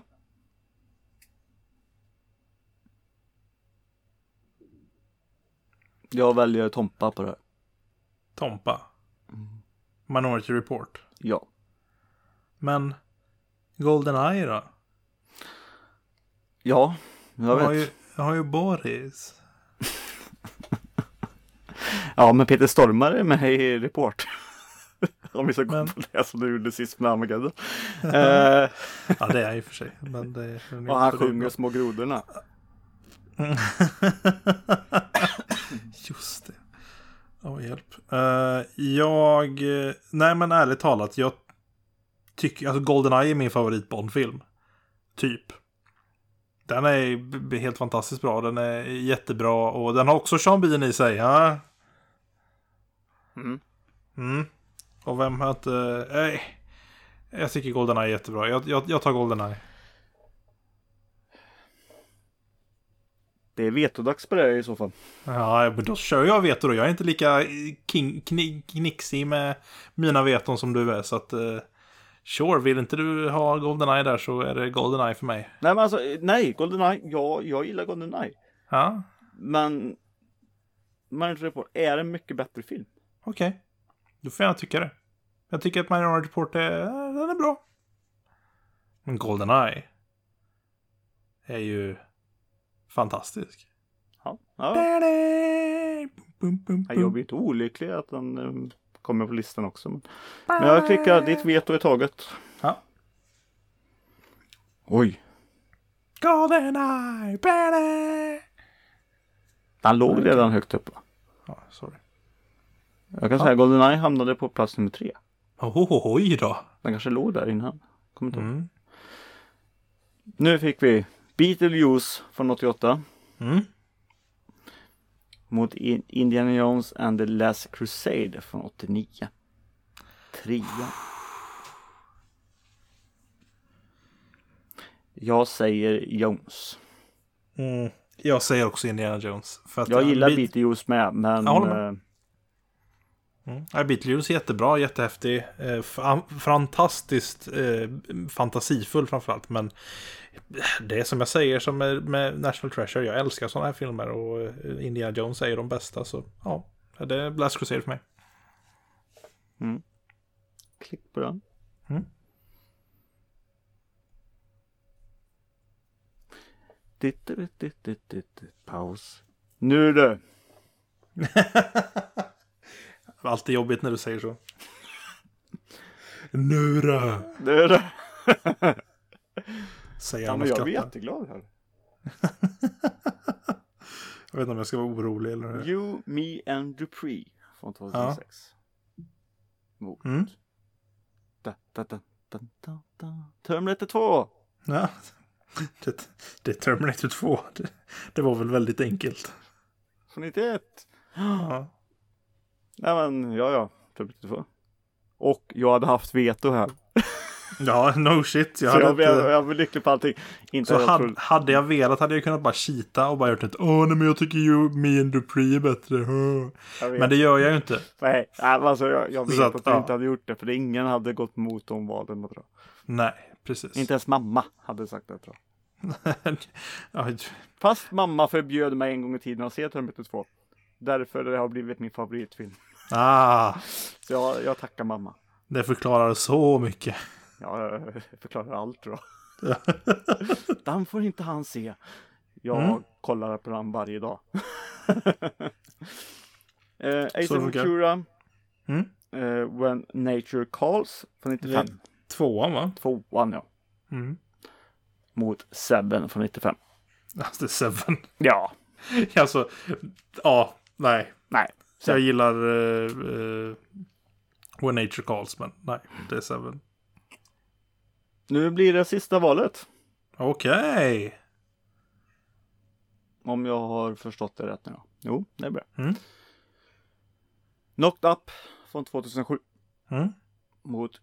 Jag väljer Tompa på det här. Tompa. Mm. Minority Report. Ja. Men GoldenEye då? Ja, jag, jag vet. Har ju, jag har ju Boris. Ja, men Peter Stormare är med i Report. Om vi ska gå men... på det som du gjorde sist med Armageddon. uh... Ja, det är ju för sig. Men det är och han sjunger Små grodorna. Just det. Ja, hjälp. Uh, jag... Nej, men ärligt talat, jag tycker... Alltså, GoldenEye är min favorit Bond-film. Typ. Den är helt fantastiskt bra. Den är jättebra. Och den har också Sean Bean i sig. Ja? Mm. Mm. Och vem har inte... Nej. Jag tycker GoldenEye är jättebra. Jag, jag, jag tar GoldenEye. Det är vetodags på det i så fall. Ja, men då kör jag veto då. Jag är inte lika king, kn, knixig med mina veton som du är. Så att... Uh, sure, vill inte du ha GoldenEye där så är det GoldenEye för mig. Nej, men alltså, nej, GoldenEye, ja, jag gillar GoldenEye. Ja. Men Minority Report är en mycket bättre film. Okej. Okay. Då får jag tycka det. Jag tycker att Minority Report är, den är bra. Men GoldenEye är ju fantastisk. Ja. Ja. Bum, bum, bum. Jag blir inte olycklig att den um, kommer på listan också. Men, men jag klickar ditt veto i taget. Ja. Oj. GoldenEye. Han låg okay. redan högt upp, va? Ja, sorry. Jag kan ja. säga att GoldenEye hamnade på plats nummer tre. Oh, oj då. Den kanske låg där innan. Kommer inte mm. Nu fick vi Beetlejuice från åttioåtta. Mm. Mot Indiana Jones and the Last Crusade från åttionio. Trea. Jag säger Jones. Mm. Jag säger också Indiana Jones. För att jag gillar Beat... Beetlejuice med, men... Jag med. Mm. Ja, Beetlejuice är jättebra, jättehäftig. Eh, f- fantastiskt eh, fantasifull framförallt. Men det är som jag säger som med, med National Treasure. Jag älskar sådana här filmer och eh, Indiana Jones är ju de bästa. Så ja, det är Last Crusade för mig. Mm. Klick på den. Mm. Ditt, ditt, ditt, ditt, ditt. Paus. Nu du. Alltid jobbigt när du säger så. Nu då. Nu då. Säger ja, men jag är jätteglad här. Jag vet inte om jag ska vara orolig eller... You, Me and Dupree från tjugohundrasex. Ja. Mot. Mm. Da, da, da, da, da, da. Terminator två. Ja. Det, det är Terminator två. Det, det var väl väldigt enkelt. Från nittioett. Ja. Nej men, ja ja. Terminator två. Och jag hade haft veto här. Ja, no shit. Jag, så hade jag, inte... jag, jag var lycklig på allting. Inte så hade, trodde... hade jag velat hade jag kunnat bara cheata och bara gjort ett åh nej men jag tycker ju Me and Dupree är bättre. Men det gör jag ju inte. Nej, alltså jag, jag vet att, att du ja. inte hade gjort det. För ingen hade gått mot de valen. Tror jag. Nej, precis. Inte ens mamma hade sagt det, tror jag. Ja. Fast mamma förbjöd mig en gång i tiden att se Terminator två. Därför det har blivit min favoritfilm. Ah, Så jag, jag tackar mamma. det förklarar så mycket. Ja, jag förklarar allt då. Den får inte han se. Jag Mm. kollar på den varje dag. eh, Ace Så det of funkar. Ventura. Mm. Eh, When Nature Calls från nittiofem. Tvåan, va? Tvåan, ja. Mm. Mot Seven från nittiofem. Alltså, det är Seven. Ja. Alltså, ja, nej. Nej. Så jag gillar uh, uh, When Nature Calls, men nej, det är Seven. Nu blir det sista valet. Okej. Okay. Om jag har förstått det rätt nu. Jo, det är bra. Mm. Knocked Up från tvåtusensju. Mm. Mot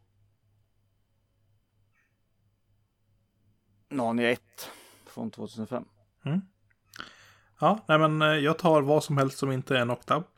Narnia ett från tvåtusenfem. Mm. Ja, nej men eh, jag tar vad som helst som inte är Knocked Up.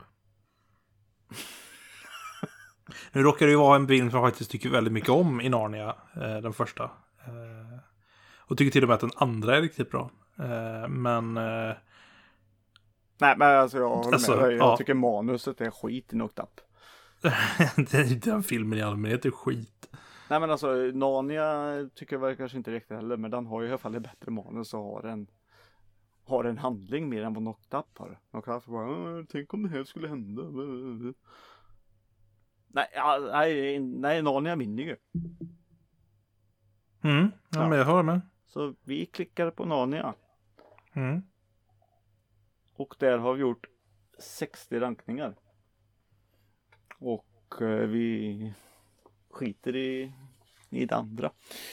Nu råkar det ju vara en film som jag faktiskt tycker väldigt mycket om i Narnia, eh, den första. Eh, och tycker till och med att den andra är riktigt bra. Eh, men... Eh, Nej, men alltså jag håller Alltså, med dig. Jag ja. tycker manuset är skit i Knocked Up. den, den filmen i allmänhet är skit. Nej, men alltså Narnia tycker jag kanske inte riktigt heller. Men den har ju i alla fall ett bättre manus och har en, har en handling mer än vad Knocked Up har. Knocked Up bara, tänk om det här skulle hända. Nej, ja, nej, nej, Narnia vinner ju. Mm, ja, Ja. men jag hör med. Så vi klickar på Narnia. Mm. Och där har vi gjort sextio rankningar. Och eh, vi skiter i, i det andra.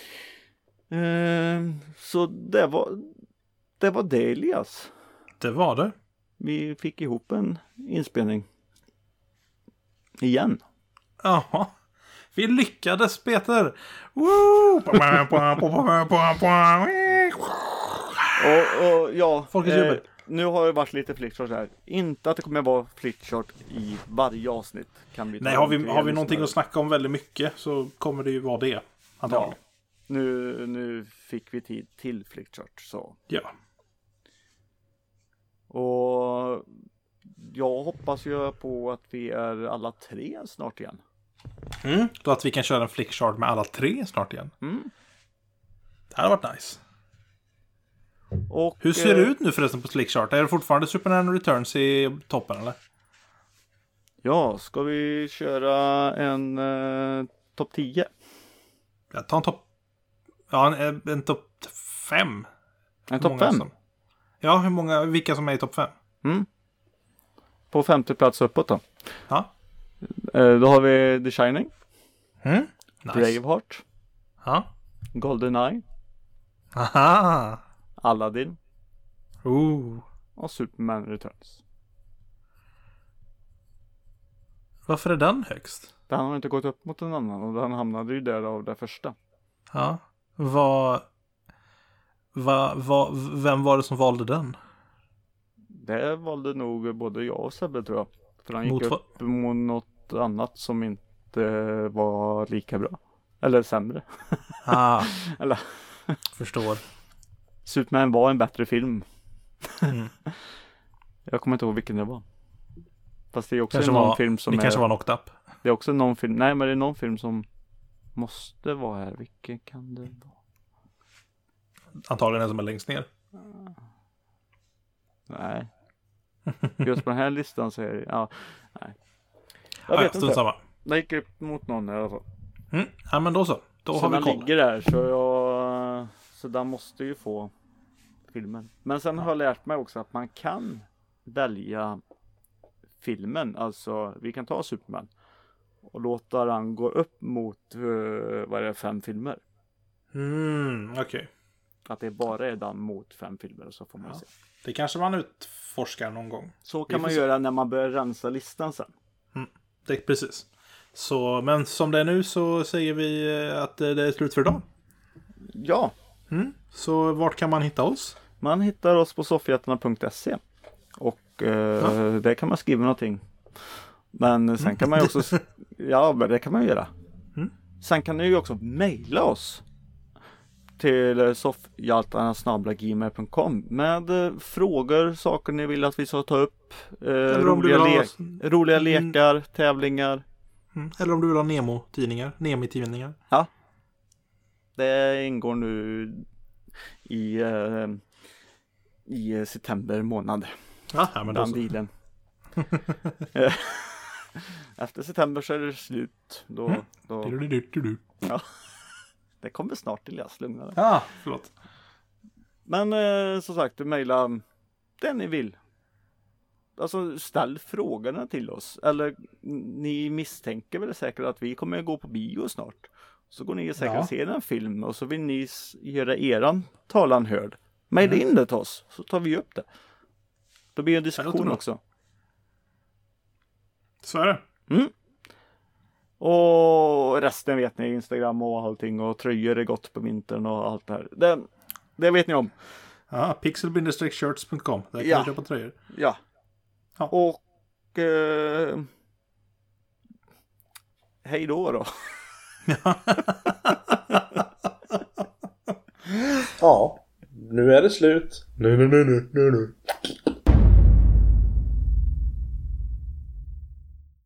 Eh, så det var det var det, Elias. Det var det. Vi fick ihop en inspelning. Igen. Jaha. Vi lyckades, Peter. Woo! Och, och ja, Folkets jubel. nu har det varit lite flickchart här. Inte att det kommer vara flickchart i varje avsnitt. Kan vi ta Nej, har vi, till har vi någonting lyssnare. att snacka om väldigt mycket så kommer det ju vara det. Antagligen. Ja. Nu, nu fick vi tid till flickchart. Så. Ja. Och jag hoppas ju på att vi är alla tre snart igen. Mm. Då att vi kan köra en flickchart med alla tre snart igen. Mm. Det hade varit nice. Och, Hur ser det eh, ut nu förresten på flickchart? Är det fortfarande Superman Returns i toppen eller? Ja, ska vi köra en eh, topp tio? Jag tar en topp... Ja, en, en topp fem. En Hur topp många fem? som- Ja, hur många, vilka som är i topp fem? Mm. På femte plats uppåt då. Ja. Eh, då har vi The Shining, Mm. Nice. Braveheart, Ja. GoldenEye, Aha. Aladdin Ooh. och Superman Returns. Varför är den högst? Den har inte gått upp mot en annan och den hamnade ju där av det första. Ja. Vad... Va, va, vem var det som valde den? Det valde nog både jag och Sebbe, tror jag. För han gick Mot vad? upp mot något annat som inte var lika bra. Eller sämre. Ah, Eller förstår. Superman var en bättre film. Mm. Jag kommer inte ihåg vilken det var. Fast det är också Kanske någon var, film som det är... kanske var Knocked Up. Det är också någon film... Nej, men det är någon film som måste vara här. Vilken kan det vara? Antagligen den som är längst ner. Nej. Just på den här listan så är det... Ja, nej. Jag Jag vet ja, strunt inte. samma. Det gick upp mot någon i alla fall. Mm. Ja, men då så. Då så har vi den koll. ligger där, så jag... Så den måste ju få filmen. Men sen har jag lärt mig också att man kan välja filmen. Alltså, vi kan ta Superman och låta den gå upp mot uh, vad är det, fem filmer. Mm, okej. Okay. Att det bara är den mot fem filmer, så får man Ja. se. Det kanske man utforskar någon gång. Så Vi kan får man se. göra när man börjar rensa listan sen. Det, precis. Så, men som det är nu så säger vi eh, att det är slut för idag. Ja, Mm. Så vart kan man hitta oss? man hittar oss på soffhjältarna punkt se. Och eh, Ja. där kan man skriva någonting. Men sen kan man ju också... Ja, men det kan man ju göra. Mm. Sen kan ni ju också mejla oss till soffhjaltarna snabel-a gmail punkt com med eh, frågor, saker ni vill att vi ska ta upp, eh, roliga, ha... le- roliga Mm. lekar, tävlingar. Mm. Eller om du vill ha Nemo-tidningar. Nemi-tidningar. Ja. Det ingår nu i, eh, i september månad. Ja, men då Den så. dealen. Eh, Efter september så är det slut. Då, Mm. då, Du, du, du, du, du. ja. Det kommer snart till jag lugna. Ja, förlåt. Men eh, som sagt, du mejlar det ni vill. Alltså ställ frågorna till oss. Eller ni misstänker väl säkert att vi kommer att gå på bio snart. Så går ni säkert Ja. och ser en film och så vill ni s- göra eran talan hörd. Mejla in det till oss så tar vi upp det. Då blir det en Det låter diskussion bra. också. Så är det. Mm. Och resten vet ni, Instagram och allting och tröjor är gott på vintern och allt det här. Det, det vet ni om. Ja, pixel shirts punkt com. Där kan Ja. du köpa tröjor. Ja. Ja. Och eh, hej då då. Ja, nu är det slut. Nu, nu, nu, nu, nu, nu.